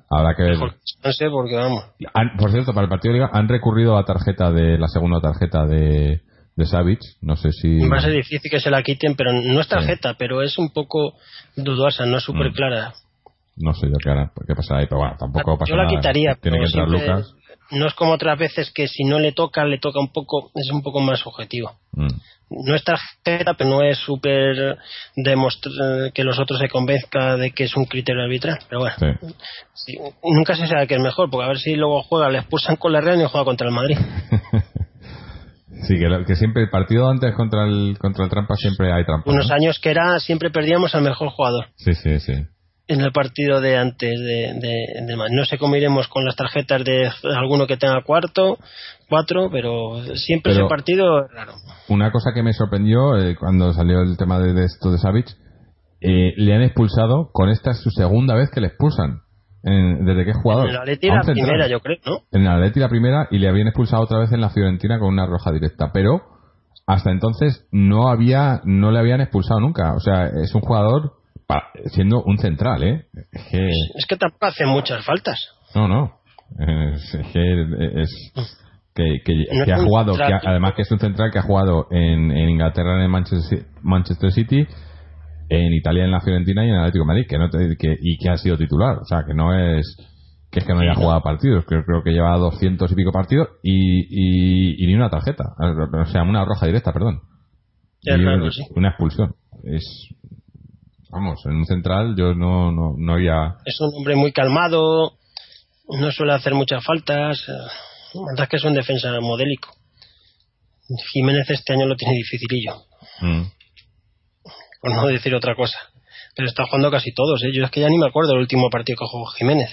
Habrá que ver. No sé, porque vamos. Han, por cierto, para el partido de Liga han recurrido a la tarjeta de la segunda tarjeta de, de Savic. No sé si. Va a ser difícil que se la quiten, pero no es tarjeta, sí. Pero es un poco dudosa, no es súper mm. clara. No sé yo qué, hará, qué pasará ahí, pero bueno, tampoco pasa nada. Yo la quitaría, Tiene que entrar siempre, Lucas. No es como otras veces que si no le toca, le toca un poco, es un poco más objetivo. Mm. No es tarjeta, pero no es súper demostrar que los otros se convenzca de que es un criterio arbitral. Pero bueno, sí. Sí, nunca se sabe que es mejor, porque a ver si luego juega, le expulsan con la Real y juega contra el Madrid. Sí, que, que siempre el partido antes contra el contra el Trampa siempre hay trampa. Unos ¿no? años que era, siempre perdíamos al mejor jugador. Sí, sí, sí. En el partido de antes de, de, de no sé cómo iremos con las tarjetas de alguno que tenga cuarto, cuatro, pero siempre pero ese partido es raro. Una cosa que me sorprendió eh, cuando salió el tema de, de esto de Savic, eh, le han expulsado, con esta es su segunda vez que le expulsan. En, ¿Desde qué jugador? En el Atleti la primera, yo creo, ¿no? En el Atleti la primera, y le habían expulsado otra vez en la Fiorentina con una roja directa, pero hasta entonces no había no le habían expulsado nunca. O sea, es un jugador siendo un central, ¿eh? Es que, es que tampoco hace muchas faltas. No, no. Es, es que es que, que, no que ha jugado, que ha, además que es un central que ha jugado en, en Inglaterra en el Manchester, Manchester City, en Italia en la Fiorentina y en el Atlético de Madrid, que no te, que, y que ha sido titular. O sea, que no es que es que no haya jugado partidos. Creo, creo que lleva doscientos y pico partidos y, y, y ni una tarjeta. O sea, una roja directa, perdón. Es y raro, sí. Una expulsión. Es Vamos, en un central yo no, no, no había... Es un hombre muy calmado, no suele hacer muchas faltas. La verdad es que es un defensa modélico. Jiménez este año lo tiene dificilillo. Mm. Por no decir otra cosa. Pero está jugando casi todos, ¿eh? Yo es que ya ni me acuerdo del último partido que jugó Jiménez.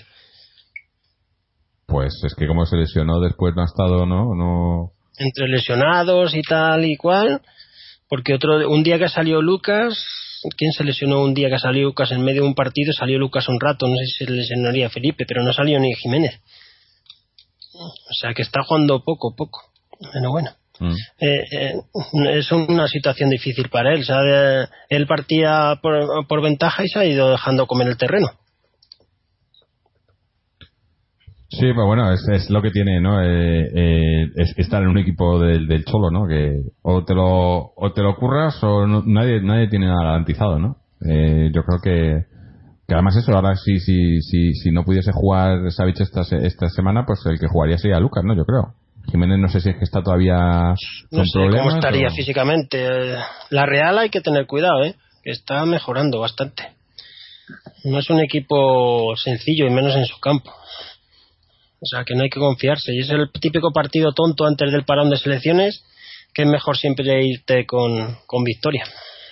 Pues es que como se lesionó después no ha estado, ¿no? no... Entre lesionados y tal y cual. Porque otro un día que salió Lucas... ¿Quién se lesionó un día que salió Lucas en medio de un partido? Salió Lucas un rato, no sé si se lesionaría Felipe, pero no salió ni Jiménez. O sea que está jugando poco, poco. Pero bueno, mm. eh, eh, es una situación difícil para él. O sea, de, él partía por, por ventaja y se ha ido dejando comer el terreno. Sí, pues bueno, es, es lo que tiene, ¿no? Eh, eh, es estar en un equipo del, del Cholo, ¿no? Que o te lo o te lo curras o no, nadie nadie tiene nada garantizado, ¿no? Eh, yo creo que, que además eso, ahora sí, sí, sí, si no pudiese jugar Savic esta, esta semana, pues el que jugaría sería Lucas, ¿no? Yo creo. Jiménez no sé si es que está todavía con no sé problemas. ¿Cómo estaría o... físicamente? La Real hay que tener cuidado, ¿eh? Que está mejorando bastante. No es un equipo sencillo y menos en su campo. O sea, que no hay que confiarse. Y es el típico partido tonto antes del parón de selecciones, que es mejor siempre irte con, con victoria.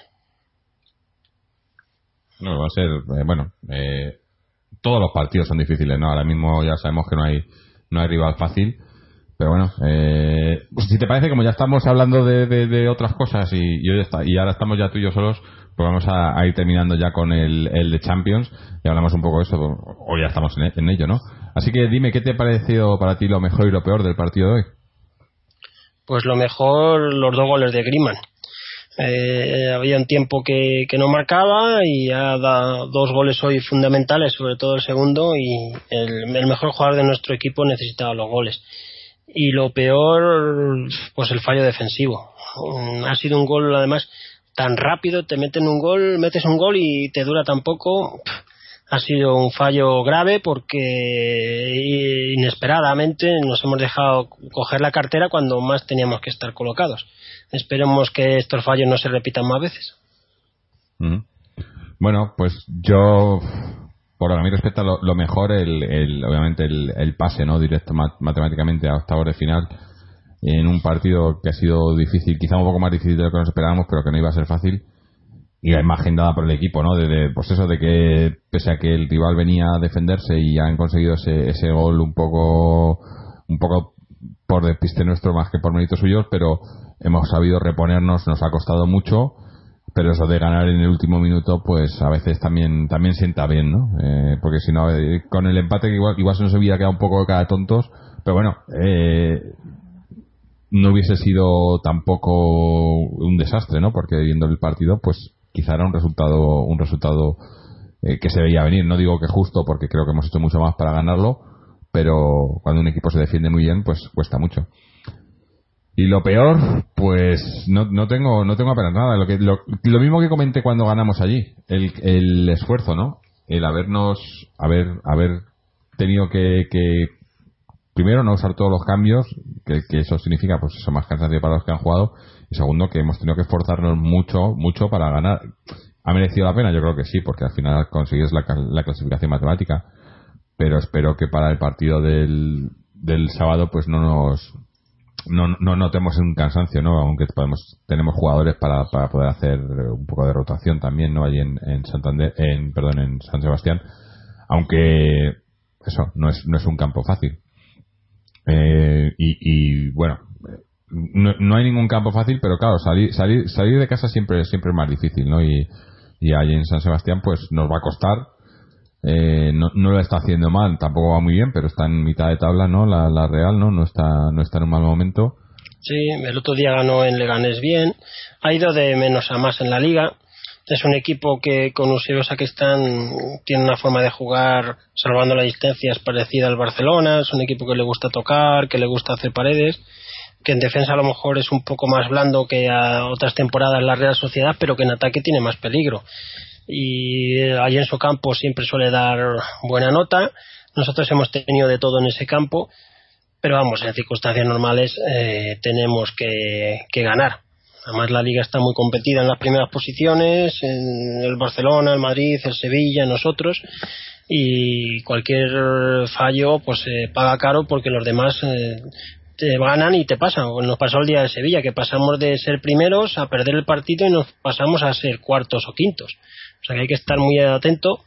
No, va a ser... Eh, bueno, eh, todos los partidos son difíciles, ¿no? Ahora mismo ya sabemos que no hay no hay rival fácil. Pero bueno, eh, pues si te parece, como ya estamos hablando de, de, de otras cosas y, y, hoy está, y ahora estamos ya tú y yo solos, pues vamos a, a ir terminando ya con el, el de Champions y hablamos un poco de eso, o ya estamos en, en ello, ¿no? Así que dime, ¿qué te ha parecido para ti lo mejor y lo peor del partido de hoy? Pues lo mejor, los dos goles de Griezmann. Eh, había un tiempo que, que no marcaba y ha dado dos goles hoy fundamentales, sobre todo el segundo, y el, el mejor jugador de nuestro equipo necesitaba los goles. Y lo peor, pues el fallo defensivo. Ha sido un gol además tan rápido, te meten un gol, metes un gol y te dura tan poco. Ha sido un fallo grave porque inesperadamente nos hemos dejado coger la cartera cuando más teníamos que estar colocados. Esperemos que estos fallos no se repitan más veces. Mm. Bueno, pues yo, por lo que a mí respecta, lo, lo mejor, el, el, obviamente el, el pase, ¿no? Directo mat, matemáticamente a octavos de final en un partido que ha sido difícil, quizá un poco más difícil de lo que nos esperábamos, pero que no iba a ser fácil. Y la imagen dada por el equipo, ¿no? De, de, pues eso, de que pese a que el rival venía a defenderse y han conseguido ese, ese gol un poco un poco por despiste nuestro más que por méritos suyos, pero hemos sabido reponernos, nos ha costado mucho, pero eso de ganar en el último minuto, pues a veces también también sienta bien, ¿no? Eh, porque si no, eh, con el empate igual, igual se nos hubiera quedado un poco de cara tontos, pero bueno, eh, no hubiese sido tampoco un desastre, ¿no? Porque viendo el partido, pues quizá era un resultado un resultado eh, que se veía venir. No digo que justo, porque creo que hemos hecho mucho más para ganarlo, pero cuando un equipo se defiende muy bien, pues cuesta mucho. Y lo peor, pues no, no tengo no tengo apenas nada. Lo, que, lo, lo mismo que comenté cuando ganamos allí, el, el esfuerzo, ¿no? El habernos, haber, haber tenido que, que primero no usar todos los cambios, que, que eso significa pues eso, más cansancio para los que han jugado, y segundo que hemos tenido que esforzarnos mucho, mucho para ganar. ¿Ha merecido la pena? Yo creo que sí, porque al final consigues la, la clasificación matemática, pero espero que para el partido del, del sábado pues no nos no, no notemos un cansancio, ¿no? Aunque podemos, tenemos jugadores para, para poder hacer un poco de rotación también, ¿no? Allí en, en Santander, en, perdón, en San Sebastián, aunque eso no es, no es un campo fácil. Eh, y, y bueno, no, no hay ningún campo fácil, pero claro, salir, salir, salir de casa siempre, siempre es más difícil, ¿no? Y, y allí en San Sebastián pues nos va a costar. Eh, no, no lo está haciendo mal, tampoco va muy bien, pero está en mitad de tabla, ¿no? La, la Real, ¿no? No está, no está en un mal momento. Sí, el otro día ganó en Leganés bien, ha ido de menos a más en la liga. Es un equipo que con Eusebio Sacristán tiene una forma de jugar salvando las distancias parecida al Barcelona. Es un equipo que le gusta tocar, que le gusta hacer paredes, que en defensa a lo mejor es un poco más blando que a otras temporadas la Real Sociedad, pero que en ataque tiene más peligro. Y allí en su campo siempre suele dar buena nota. Nosotros hemos tenido de todo en ese campo, pero vamos, en circunstancias normales eh, tenemos que, que ganar. Además la liga está muy competida en las primeras posiciones, en el Barcelona, el Madrid, el Sevilla, nosotros, y cualquier fallo pues eh, paga caro, porque los demás eh, te ganan y te pasan. Nos pasó el día de Sevilla, que pasamos de ser primeros a perder el partido y nos pasamos a ser cuartos o quintos. O sea que hay que estar muy atento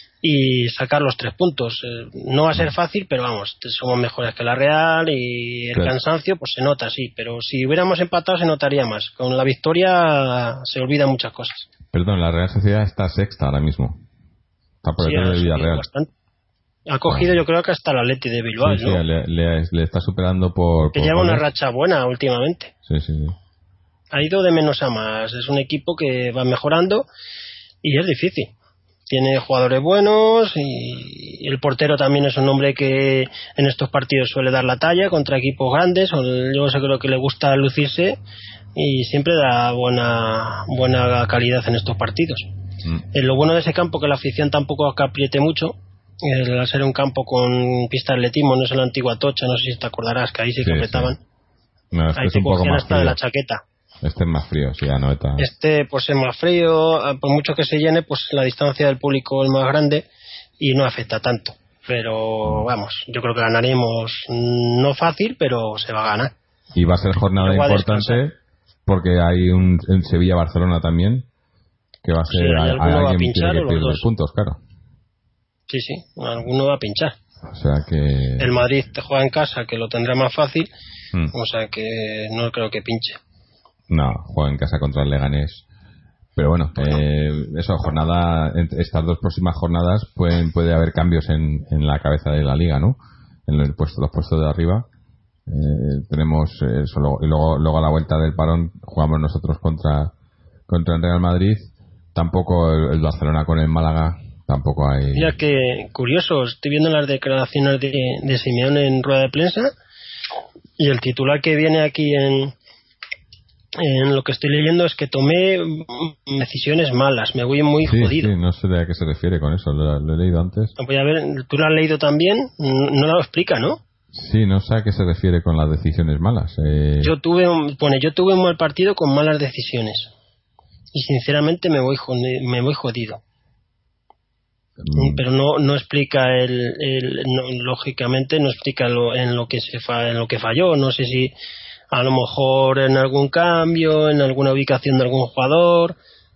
y sacar los tres puntos. Eh, no va a ser fácil, pero vamos, somos mejores que la Real y el Claro. cansancio pues se nota, sí, pero si hubiéramos empatado se notaría más. Con la victoria se olvidan muchas cosas. Perdón, la Real Sociedad está sexta ahora mismo. Está por Sí, detrás ha de subido Villarreal. bastante. Ha cogido, Bueno. yo creo que hasta el Atleti de Bilbao, Sí, ¿no? sí, le, le, le está superando por... Que por lleva una goles. racha buena últimamente. Sí, sí, sí. Ha ido de menos a más. Es un equipo que va mejorando y es difícil. Tiene jugadores buenos y el portero también es un hombre que en estos partidos suele dar la talla contra equipos grandes. Yo creo que le gusta lucirse y siempre da buena buena calidad en estos partidos. Mm. Eh, lo bueno de ese campo, que la afición tampoco acá apriete mucho. El, al ser un campo con pista de atletismo, no es la antigua Tocha, no sé si te acordarás que ahí sí que Sí, apretaban. sí. No, este Ahí es te un poco cogían más hasta de frío. la chaqueta. Este es más frío, sí, Anoeta. Este pues es más frío, por mucho que se llene, pues la distancia del público es más grande y no afecta tanto. Pero vamos, yo creo que ganaremos, no fácil, pero se va a ganar. Y va a ser jornada Luego a importante porque hay un en Sevilla-Barcelona también, que va a Sí, ser... ¿y hay, alguno va a alguien pinchar tiene o que los perder dos? puntos, claro. Sí, sí, alguno va a pinchar. O sea que... El Madrid te juega en casa, que lo tendrá más fácil, Mm. o sea que no creo que pinche. No, juega en casa contra el Leganés. Pero bueno, eh, eso, jornada, entre estas dos próximas jornadas pueden, puede haber cambios en, en la cabeza de la liga, ¿no? En el puesto, los puestos de arriba. Eh, tenemos eso, luego, y luego, luego a la vuelta del parón jugamos nosotros contra, contra el Real Madrid. Tampoco el, el Barcelona con el Málaga, tampoco hay... Mira que curioso, estoy viendo las declaraciones de, de Simeone en rueda de prensa y el titular que viene aquí en, en lo que estoy leyendo es que tomé decisiones malas, me voy muy sí, jodido. sí, no sé de a qué se refiere con eso, lo, lo he leído antes. Voy a ver, tú lo has leído también, no, no lo explica, ¿no? Sí, no sé a qué se refiere con las decisiones malas. Eh... Yo tuve un, pone, yo tuve un mal partido con malas decisiones y sinceramente me voy jodido, me voy jodido. Mm. Pero no no explica el, el no, lógicamente no explica lo, en lo que se fa, en lo que falló. No sé si a lo mejor en algún cambio, en alguna ubicación de algún jugador,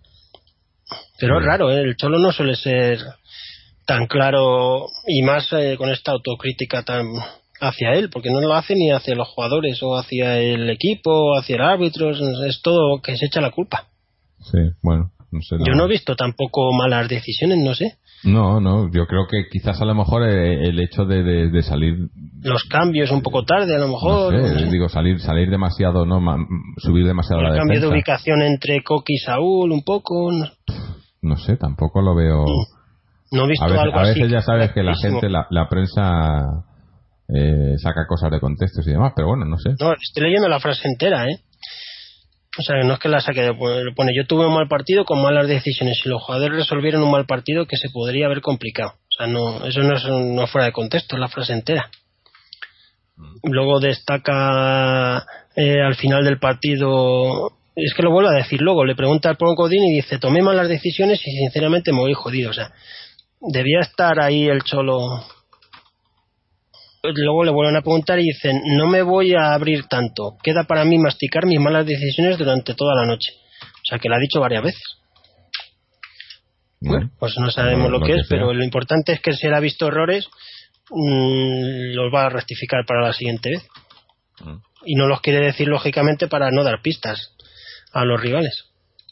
pero Sí. es raro, ¿eh? El Cholo no suele ser tan claro y más eh, con esta autocrítica tan hacia él, porque no lo hace ni hacia los jugadores o hacia el equipo o hacia el árbitro, es todo que se echa la culpa. Sí, bueno, no sé. Yo no he visto tampoco malas decisiones, no sé. No, no, yo creo que quizás a lo mejor eh, el hecho de, de, de salir, Los cambios un poco tarde, a lo no mejor. sé, no sé. digo, salir salir demasiado, no Ma- subir demasiado El la cambio defensa. de ubicación entre Coqui y Saúl, un poco. No, No sé, tampoco lo veo. No he visto a veces, algo a veces así ya sabes que la clarísimo. gente, la, la prensa eh, saca cosas de contextos y demás, pero bueno, no sé. No, estoy leyendo la frase entera, ¿eh? O sea, no es que la saque de... Pone, yo tuve un mal partido con malas decisiones y los jugadores resolvieron un mal partido que se podría haber complicado. O sea, no, eso no es no fuera de contexto, es la frase entera. Luego destaca eh, al final del partido... Es que lo vuelvo a decir luego, le pregunta al Poncodín y dice, tomé malas decisiones y sinceramente me voy jodido. O sea, debía estar ahí el Cholo... Luego le vuelven a preguntar y dicen, no me voy a abrir tanto, queda para mí masticar mis malas decisiones durante toda la noche. O sea, que lo ha dicho varias veces. Bueno, pues no sabemos lo, lo que, que es, sea. Pero lo importante es que si él ha visto errores, mmm, los va a rectificar para la siguiente vez. Mm. Y no los quiere decir, lógicamente, para no dar pistas a los rivales.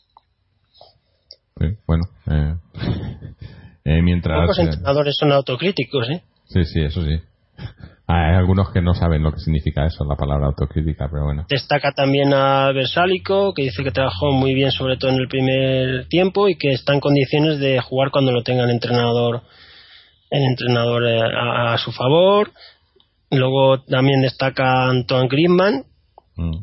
Sí, bueno, eh, eh, mientras... Los entrenadores son autocríticos, ¿eh? Sí, sí, eso sí. Hay algunos que no saben lo que significa eso, la palabra autocrítica, pero bueno. Destaca también a Versálico, que dice que trabajó muy bien, sobre todo en el primer tiempo, y que está en condiciones de jugar cuando lo tenga el entrenador, el entrenador a, a su favor. Luego también destaca Antoine Griezmann. Mm.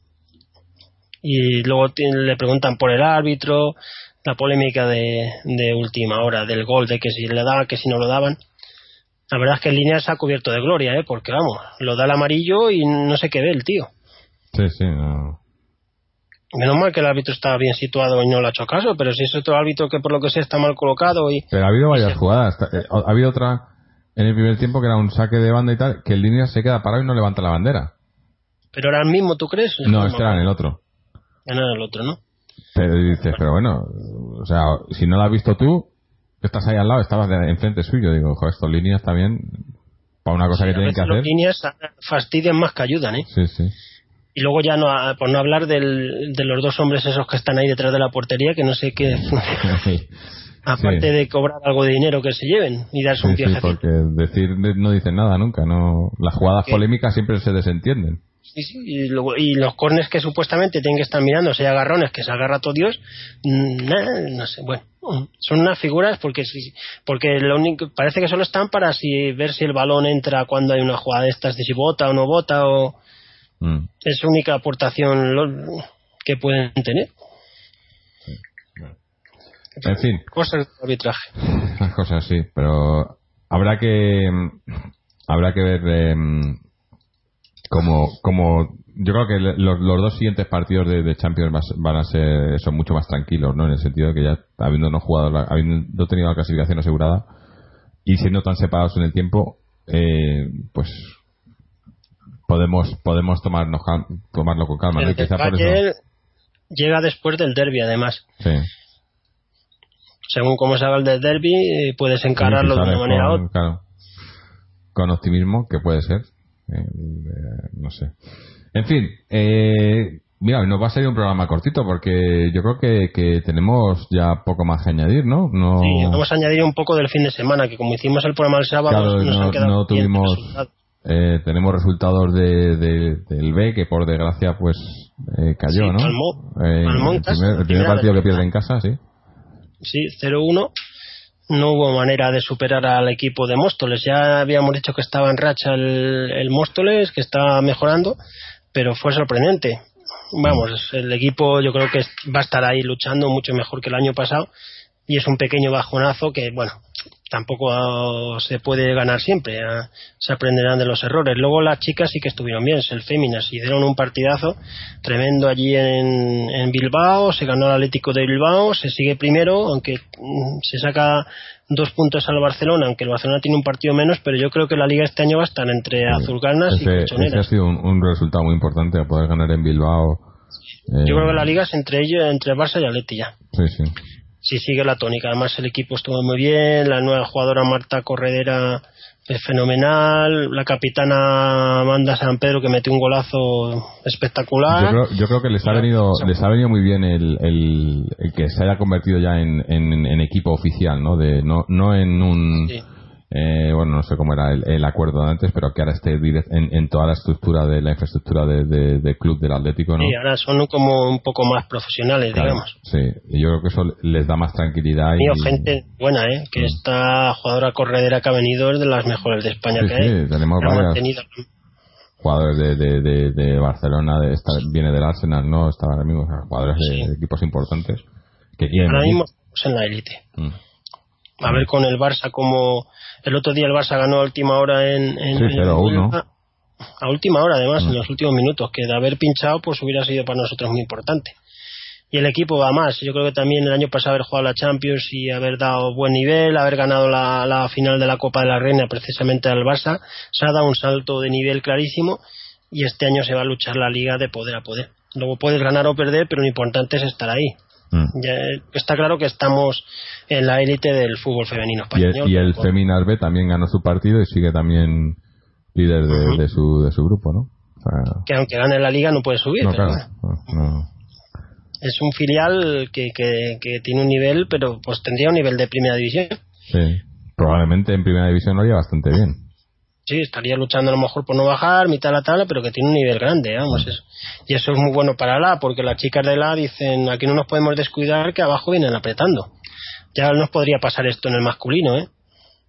Y luego le preguntan por el árbitro, la polémica de, de última hora del gol, de que si le daban, que si no lo daban. La verdad es que en línea se ha cubierto de gloria, ¿eh? Porque vamos, lo da el amarillo y no sé qué ve el tío. Sí, sí, no. Menos mal que el árbitro estaba bien situado y no le ha hecho caso, pero si es otro árbitro que por lo que sea está mal colocado y... Pero ha habido varias se... jugadas. Ha habido otra en el primer tiempo que era un saque de banda y tal, que en línea se queda parado y no levanta la bandera. ¿Pero era el mismo, tú crees? No, este era en el otro. Era en el otro, ¿no? Pero dices, pero bueno, o sea, si no lo has visto tú, estás ahí al lado, estabas de, enfrente suyo, digo, joder, estos líneas también, para una cosa sí, que tienen que hacer. Las líneas fastidian más que ayudan, ¿eh? Sí, sí. Y luego ya, no, por no hablar del, de los dos hombres esos que están ahí detrás de la portería, que no sé qué... Sí. Aparte sí. de cobrar algo de dinero que se lleven y darse sí, un viaje. Sí, porque decir no dicen nada nunca, no. Las jugadas ¿Qué? polémicas siempre se desentienden. Sí, sí, y, luego, y los corners que supuestamente tienen que estar mirando, si hay agarrones que se agarra todo Dios, nah, no sé, bueno, son unas figuras porque porque lo único, parece que solo están para si ver si el balón entra cuando hay una jugada de estas, de si bota o no bota, o mm. es la única aportación que pueden tener. Sí, bueno. En fin. Cosas de arbitraje. Las cosas sí, pero habrá que habrá que ver eh, como como yo creo que los, los dos siguientes partidos de, de Champions van a ser son mucho más tranquilos, ¿no? En el sentido de que ya habiendo no jugado la, habiendo tenido la clasificación asegurada y siendo tan separados en el tiempo, eh, pues podemos podemos tomarnos tomarlo con calma, ¿no? Y quizá por eso llega después del derbi, además. Sí. Según cómo se haga el del derbi, puedes encararlo sí, si de una manera con, u otra. Claro, con optimismo, que puede ser. Eh, eh, no sé. En fin, eh, mira, nos va a salir un programa cortito porque yo creo que, que tenemos ya poco más que añadir, ¿no? no... Sí, vamos a añadir un poco del fin de semana, que como hicimos el programa el sábado, claro, nos no, han quedado no tuvimos. Eh, tenemos resultados de, de, del B, que por desgracia pues eh, cayó, sí, ¿no? Palmó, eh, Palmó el primer, el primer partido que pierde en casa, sí. Sí, cero uno. No hubo manera de superar al equipo de Móstoles. Ya habíamos dicho que estaba en racha el, el Móstoles, que estaba mejorando, pero fue sorprendente. Vamos, el equipo yo creo que va a estar ahí luchando mucho mejor que el año pasado y es un pequeño bajonazo que, bueno, tampoco se puede ganar siempre. Se aprenderán de los errores. Luego las chicas sí que estuvieron bien, el Féminas hicieron un partidazo tremendo allí en, en Bilbao, se ganó el Atlético de Bilbao, se sigue primero, aunque mm, se saca dos puntos al Barcelona, aunque el Barcelona tiene un partido menos, pero yo creo que la liga este año va a estar entre sí, azulgranas ese, y colchoneras. Ese ha sido un, un resultado muy importante, poder ganar en Bilbao. Yo eh... creo que la liga es entre ellos, entre Barça y Atleti ya. Sí, sí. Sí, sigue la tónica. Además el equipo estuvo muy bien, la nueva jugadora Marta Corredera es fenomenal, la capitana Amanda San Pedro que metió un golazo espectacular. Yo creo, yo creo que les ha venido les ha venido muy bien el, el, el que se haya convertido ya en, en, en equipo oficial, ¿no? De no no en un sí. eh, bueno, no sé cómo era el, el acuerdo de antes, pero que ahora esté direct, en, en toda la estructura de la infraestructura de, de, de club del Atlético, ¿no? Sí, ahora son como un poco más profesionales, claro, digamos. Sí, y yo creo que eso les da más tranquilidad. Mío, y gente buena, ¿eh? Que mm. esta jugadora corredera que ha venido es de las mejores de España sí, que sí, hay. Tenemos ha varias mantenido... jugadores de, de, de, de Barcelona, de esta, viene del Arsenal, ¿no? Está ahora mismo, o sea, jugadores sí. de, de equipos importantes que quieren ahora venir. mismo estamos en la élite. Mm. A ver con el Barça, como el otro día el Barça ganó a última hora en, en, sí, cero uno. A última hora además, mm. en los últimos minutos, que de haber pinchado pues hubiera sido para nosotros muy importante. Y el equipo va más. Yo creo que también el año pasado haber jugado la Champions y haber dado buen nivel, haber ganado la, la final de la Copa de la Reina precisamente al Barça, se ha dado un salto de nivel clarísimo, y este año se va a luchar la Liga de poder a poder. Luego puedes ganar o perder, pero lo importante es estar ahí. Mm. Ya está claro que estamos en la élite del fútbol femenino español. Y el, y el Feminas B también ganó su partido y sigue también líder de, uh-huh. de, su, de su grupo, ¿no? O sea, que aunque gane la Liga no puede subir. No, pero claro. Bueno. No, no. Es un filial que, que, que tiene un nivel, pero pues tendría un nivel de primera división. Sí, probablemente en primera división lo haría bastante bien. Sí, estaría luchando a lo mejor por no bajar, mitad de la tabla, pero que tiene un nivel grande, vamos. Sí. Eso. Y eso es muy bueno para la, porque las chicas de la dicen, aquí no nos podemos descuidar, que abajo vienen apretando. Ya nos podría pasar esto en el masculino, ¿eh?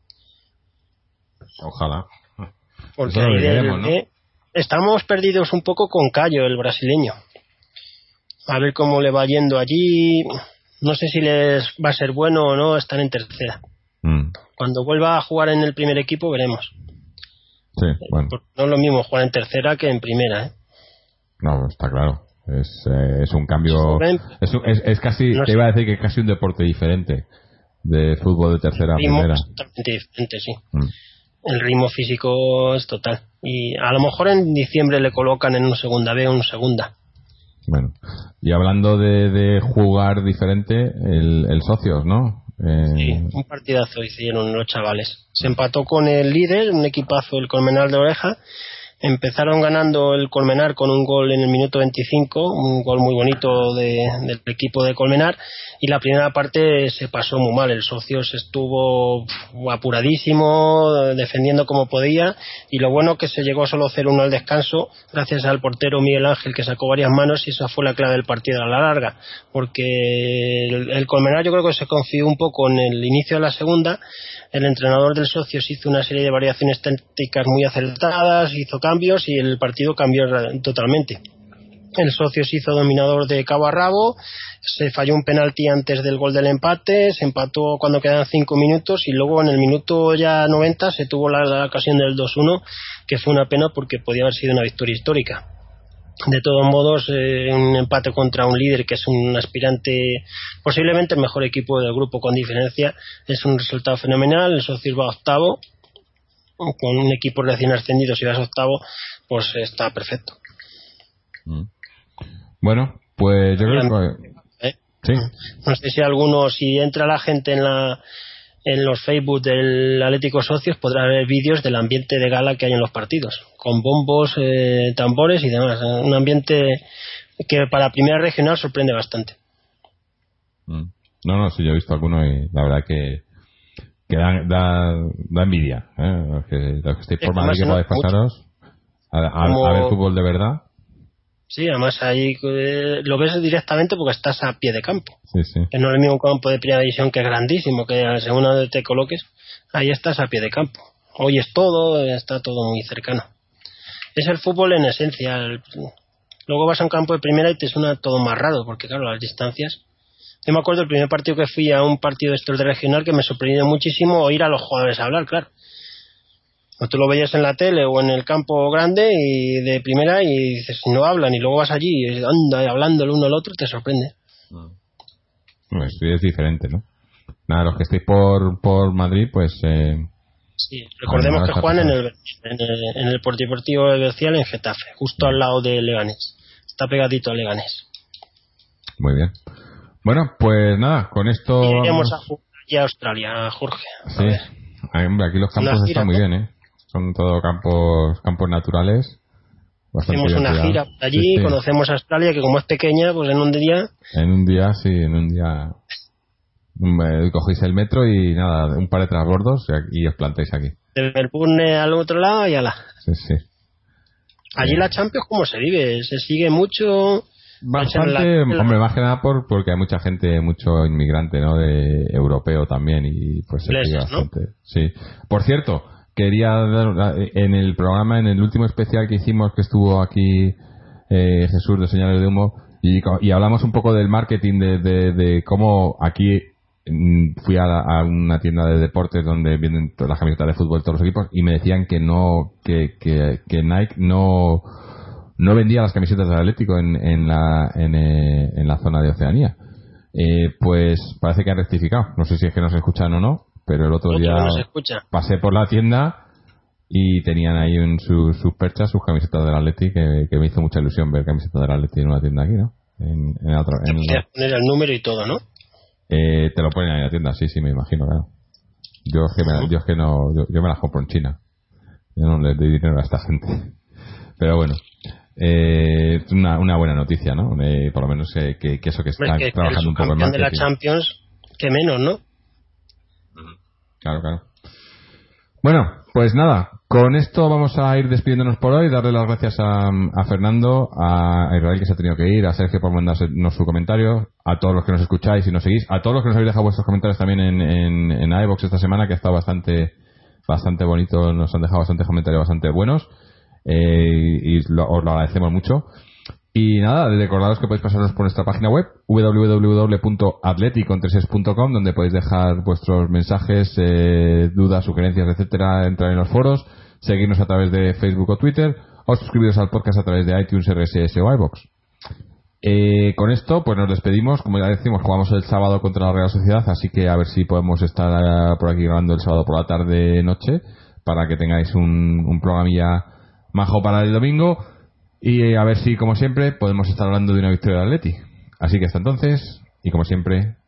Ojalá. Porque ahí del, ¿no? eh, estamos perdidos un poco con Cayo, el brasileño. A ver cómo le va yendo allí. No sé si les va a ser bueno o no estar en tercera. Mm. Cuando vuelva a jugar en el primer equipo veremos. Sí, bueno. Porque no es lo mismo jugar en tercera que en primera, ¿eh? No, está claro. Es, eh, es un cambio. Es, es, es casi, no te sé. Iba a decir que es casi un deporte diferente de fútbol de tercera a primera. Es totalmente diferente, sí. Mm. El ritmo físico es total. Y a lo mejor en diciembre le colocan en una segunda B o en una segunda. Bueno, y hablando de, de jugar diferente, el, el Socios, ¿no? Eh... Sí, un partidazo hicieron los chavales. Se empató con el líder, un equipazo, el Colmenar de Oreja. Empezaron ganando el Colmenar con un gol en el minuto veinticinco, un gol muy bonito de, del equipo de Colmenar, y la primera parte se pasó muy mal. El Socios estuvo pff, apuradísimo, defendiendo como podía, y lo bueno que se llegó solo cero uno al descanso gracias al portero Miguel Ángel, que sacó varias manos, y esa fue la clave del partido a la larga, porque el, el Colmenar yo creo que se confió un poco en el inicio de la segunda. El entrenador del Socios hizo una serie de variaciones tácticas muy acertadas, hizo cambios y el partido cambió totalmente. El Socios hizo dominador de cabo a rabo, se falló un penalti antes del gol del empate, se empató cuando quedan cinco minutos y luego en el minuto ya noventa se tuvo la, la ocasión del dos uno, que fue una pena porque podía haber sido una victoria histórica. De todos modos, eh, un empate contra un líder que es un aspirante, posiblemente el mejor equipo del grupo con diferencia, es un resultado fenomenal. El Socios va octavo, con un equipo recién ascendido, si vas octavo, pues está perfecto. Bueno, pues yo creo que... ¿Eh? Sí. No sé si alguno, si entra la gente en la en los Facebook del Atlético Socios, podrá ver vídeos del ambiente de gala que hay en los partidos, con bombos, eh, tambores y demás. Un ambiente que para primera regional sorprende bastante. No, no, sí, yo he visto alguno y la verdad que, que da, da, da envidia. ¿eh? Los que, los que estéis por Madrid, que podéis pasaros a, a, Como... a ver fútbol de verdad. Sí, además ahí eh, lo ves directamente porque estás a pie de campo. Sí, sí. Que no es el mismo campo de primera división, que es grandísimo, que según donde te coloques, ahí estás a pie de campo. Oyes todo, está todo muy cercano. Es el fútbol en esencia. El... Luego vas a un campo de primera y te suena todo más raro, porque claro, las distancias. Yo me acuerdo el primer partido que fui a un partido de estos de regional que me sorprendió muchísimo oír a los jugadores hablar, claro. O tú lo veías en la tele o en el campo grande y de primera y dices, no hablan, y luego vas allí y anda hablando el uno al otro, te sorprende. Bueno, esto es diferente, ¿no? Nada, los que estéis por, por Madrid, pues... Eh, sí, recordemos que juegan en el, en el, en el Polideportivo de Bercial en Getafe, justo al lado de Leganés. Está pegadito a Leganés. Muy bien. Bueno, pues nada, con esto... Y iríamos a jugar aquí a Australia, Jorge. A sí, ver. Hombre, aquí los campos gira, están muy bien, ¿eh? Son todo campos campos naturales. Hacemos una gira por allí, sí, sí. Conocemos Australia, que como es pequeña, pues en un día... En un día, sí, en un día Eh, cogéis el metro y nada, un par de transbordos y, y os plantáis aquí. De Melbourne al otro lado y ala. Sí, sí. Allí eh. la Champions, ¿cómo se vive? ¿Se sigue mucho? Bastante, la... hombre, más que nada por, porque hay mucha gente, mucho inmigrante, ¿no? De europeo también y pues se sigue bastante. ¿No? Sí. Por cierto, quería dar, en el programa, en el último especial que hicimos, que estuvo aquí eh, Jesús de Señales de Humo, y, y hablamos un poco del marketing, de, de, de cómo aquí fui a, a una tienda de deportes donde vienen todas las camisetas de fútbol de todos los equipos y me decían que no, que, que, que Nike no no vendía las camisetas del Atlético en, en la en, eh, en la zona de Oceanía. Eh, pues parece que han rectificado. No sé si es que no se escuchan o no, pero el otro Otro día no se escucha. Pasé por la tienda y tenían ahí en sus, sus perchas sus camisetas del Atlético, que, que me hizo mucha ilusión ver camisetas del Atlético en una tienda aquí, ¿no? En, en otra, Te en podías poner el número y todo, ¿no? Eh, te lo ponen ahí en la tienda, sí, sí, me imagino, claro. Yo es que, me, yo es que no, yo, yo me las compro en China. Yo no le doy dinero a esta gente. Pero bueno, eh, una, una buena noticia, ¿no? Eh, por lo menos eh, que, que eso que está que, trabajando que un poco en marketing de la marketing. Champions, que menos, ¿no? Claro, claro. Bueno, pues nada, con esto vamos a ir despidiéndonos por hoy, darle las gracias a, a Fernando, a Israel que se ha tenido que ir, a Sergio por mandarnos su comentario, a todos los que nos escucháis y nos seguís, a todos los que nos habéis dejado vuestros comentarios también en, en, en iVoox esta semana, que ha estado bastante bastante bonito, nos han dejado bastantes comentarios bastante buenos, eh, y lo, os lo agradecemos mucho. Y nada, recordaros que podéis pasaros por nuestra página web doble u doble u doble u punto athletic punto com, donde podéis dejar vuestros mensajes, eh, dudas, sugerencias, etcétera, entrar en los foros, seguirnos a través de Facebook o Twitter, o suscribiros al podcast a través de iTunes, R S S o iVoox. Eh, con esto pues nos despedimos. Como ya decimos, jugamos el sábado contra la Real Sociedad, así que a ver si podemos estar por aquí grabando el sábado por la tarde noche para que tengáis un, un programilla majo para el domingo. Y a ver si, como siempre, podemos estar hablando de una victoria del Atleti. Así que hasta entonces, y como siempre,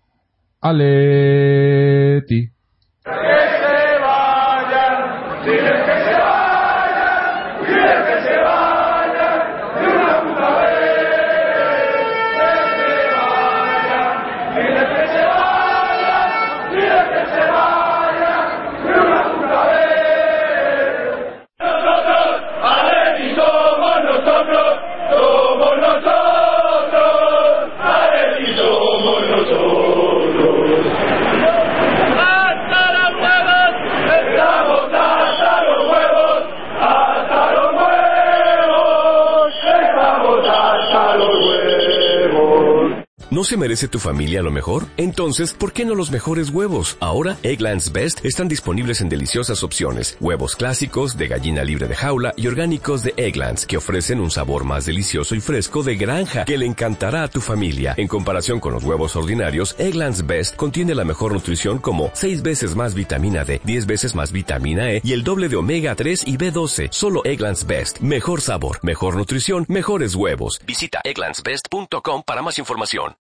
Atleti. Que se vayan, diles que se vayan, diles que se vayan, de una puta vez. Que se vayan, diles que se vayan, diles que se vayan, de una puta vez. Nosotros, Atleti, somos nosotros, somos nosotros, Atleti, somos nosotros. ¡Hasta los huevos! ¡Estamos hasta los huevos! ¡Hasta los huevos! ¡Estamos hasta los huevos! ¿No se merece tu familia lo mejor? Entonces, ¿por qué no los mejores huevos? Ahora, Eggland's Best están disponibles en deliciosas opciones. Huevos clásicos, de gallina libre de jaula y orgánicos de Eggland's, que ofrecen un sabor más delicioso y fresco de granja que le encantará a tu familia. En comparación con los huevos ordinarios, Eggland's Best contiene la mejor nutrición como seis veces más vitamina D, diez veces más vitamina E y el doble de omega tres y B doce. Solo Eggland's Best. Mejor sabor, mejor nutrición, mejores huevos. Visita egglands best punto com para más información.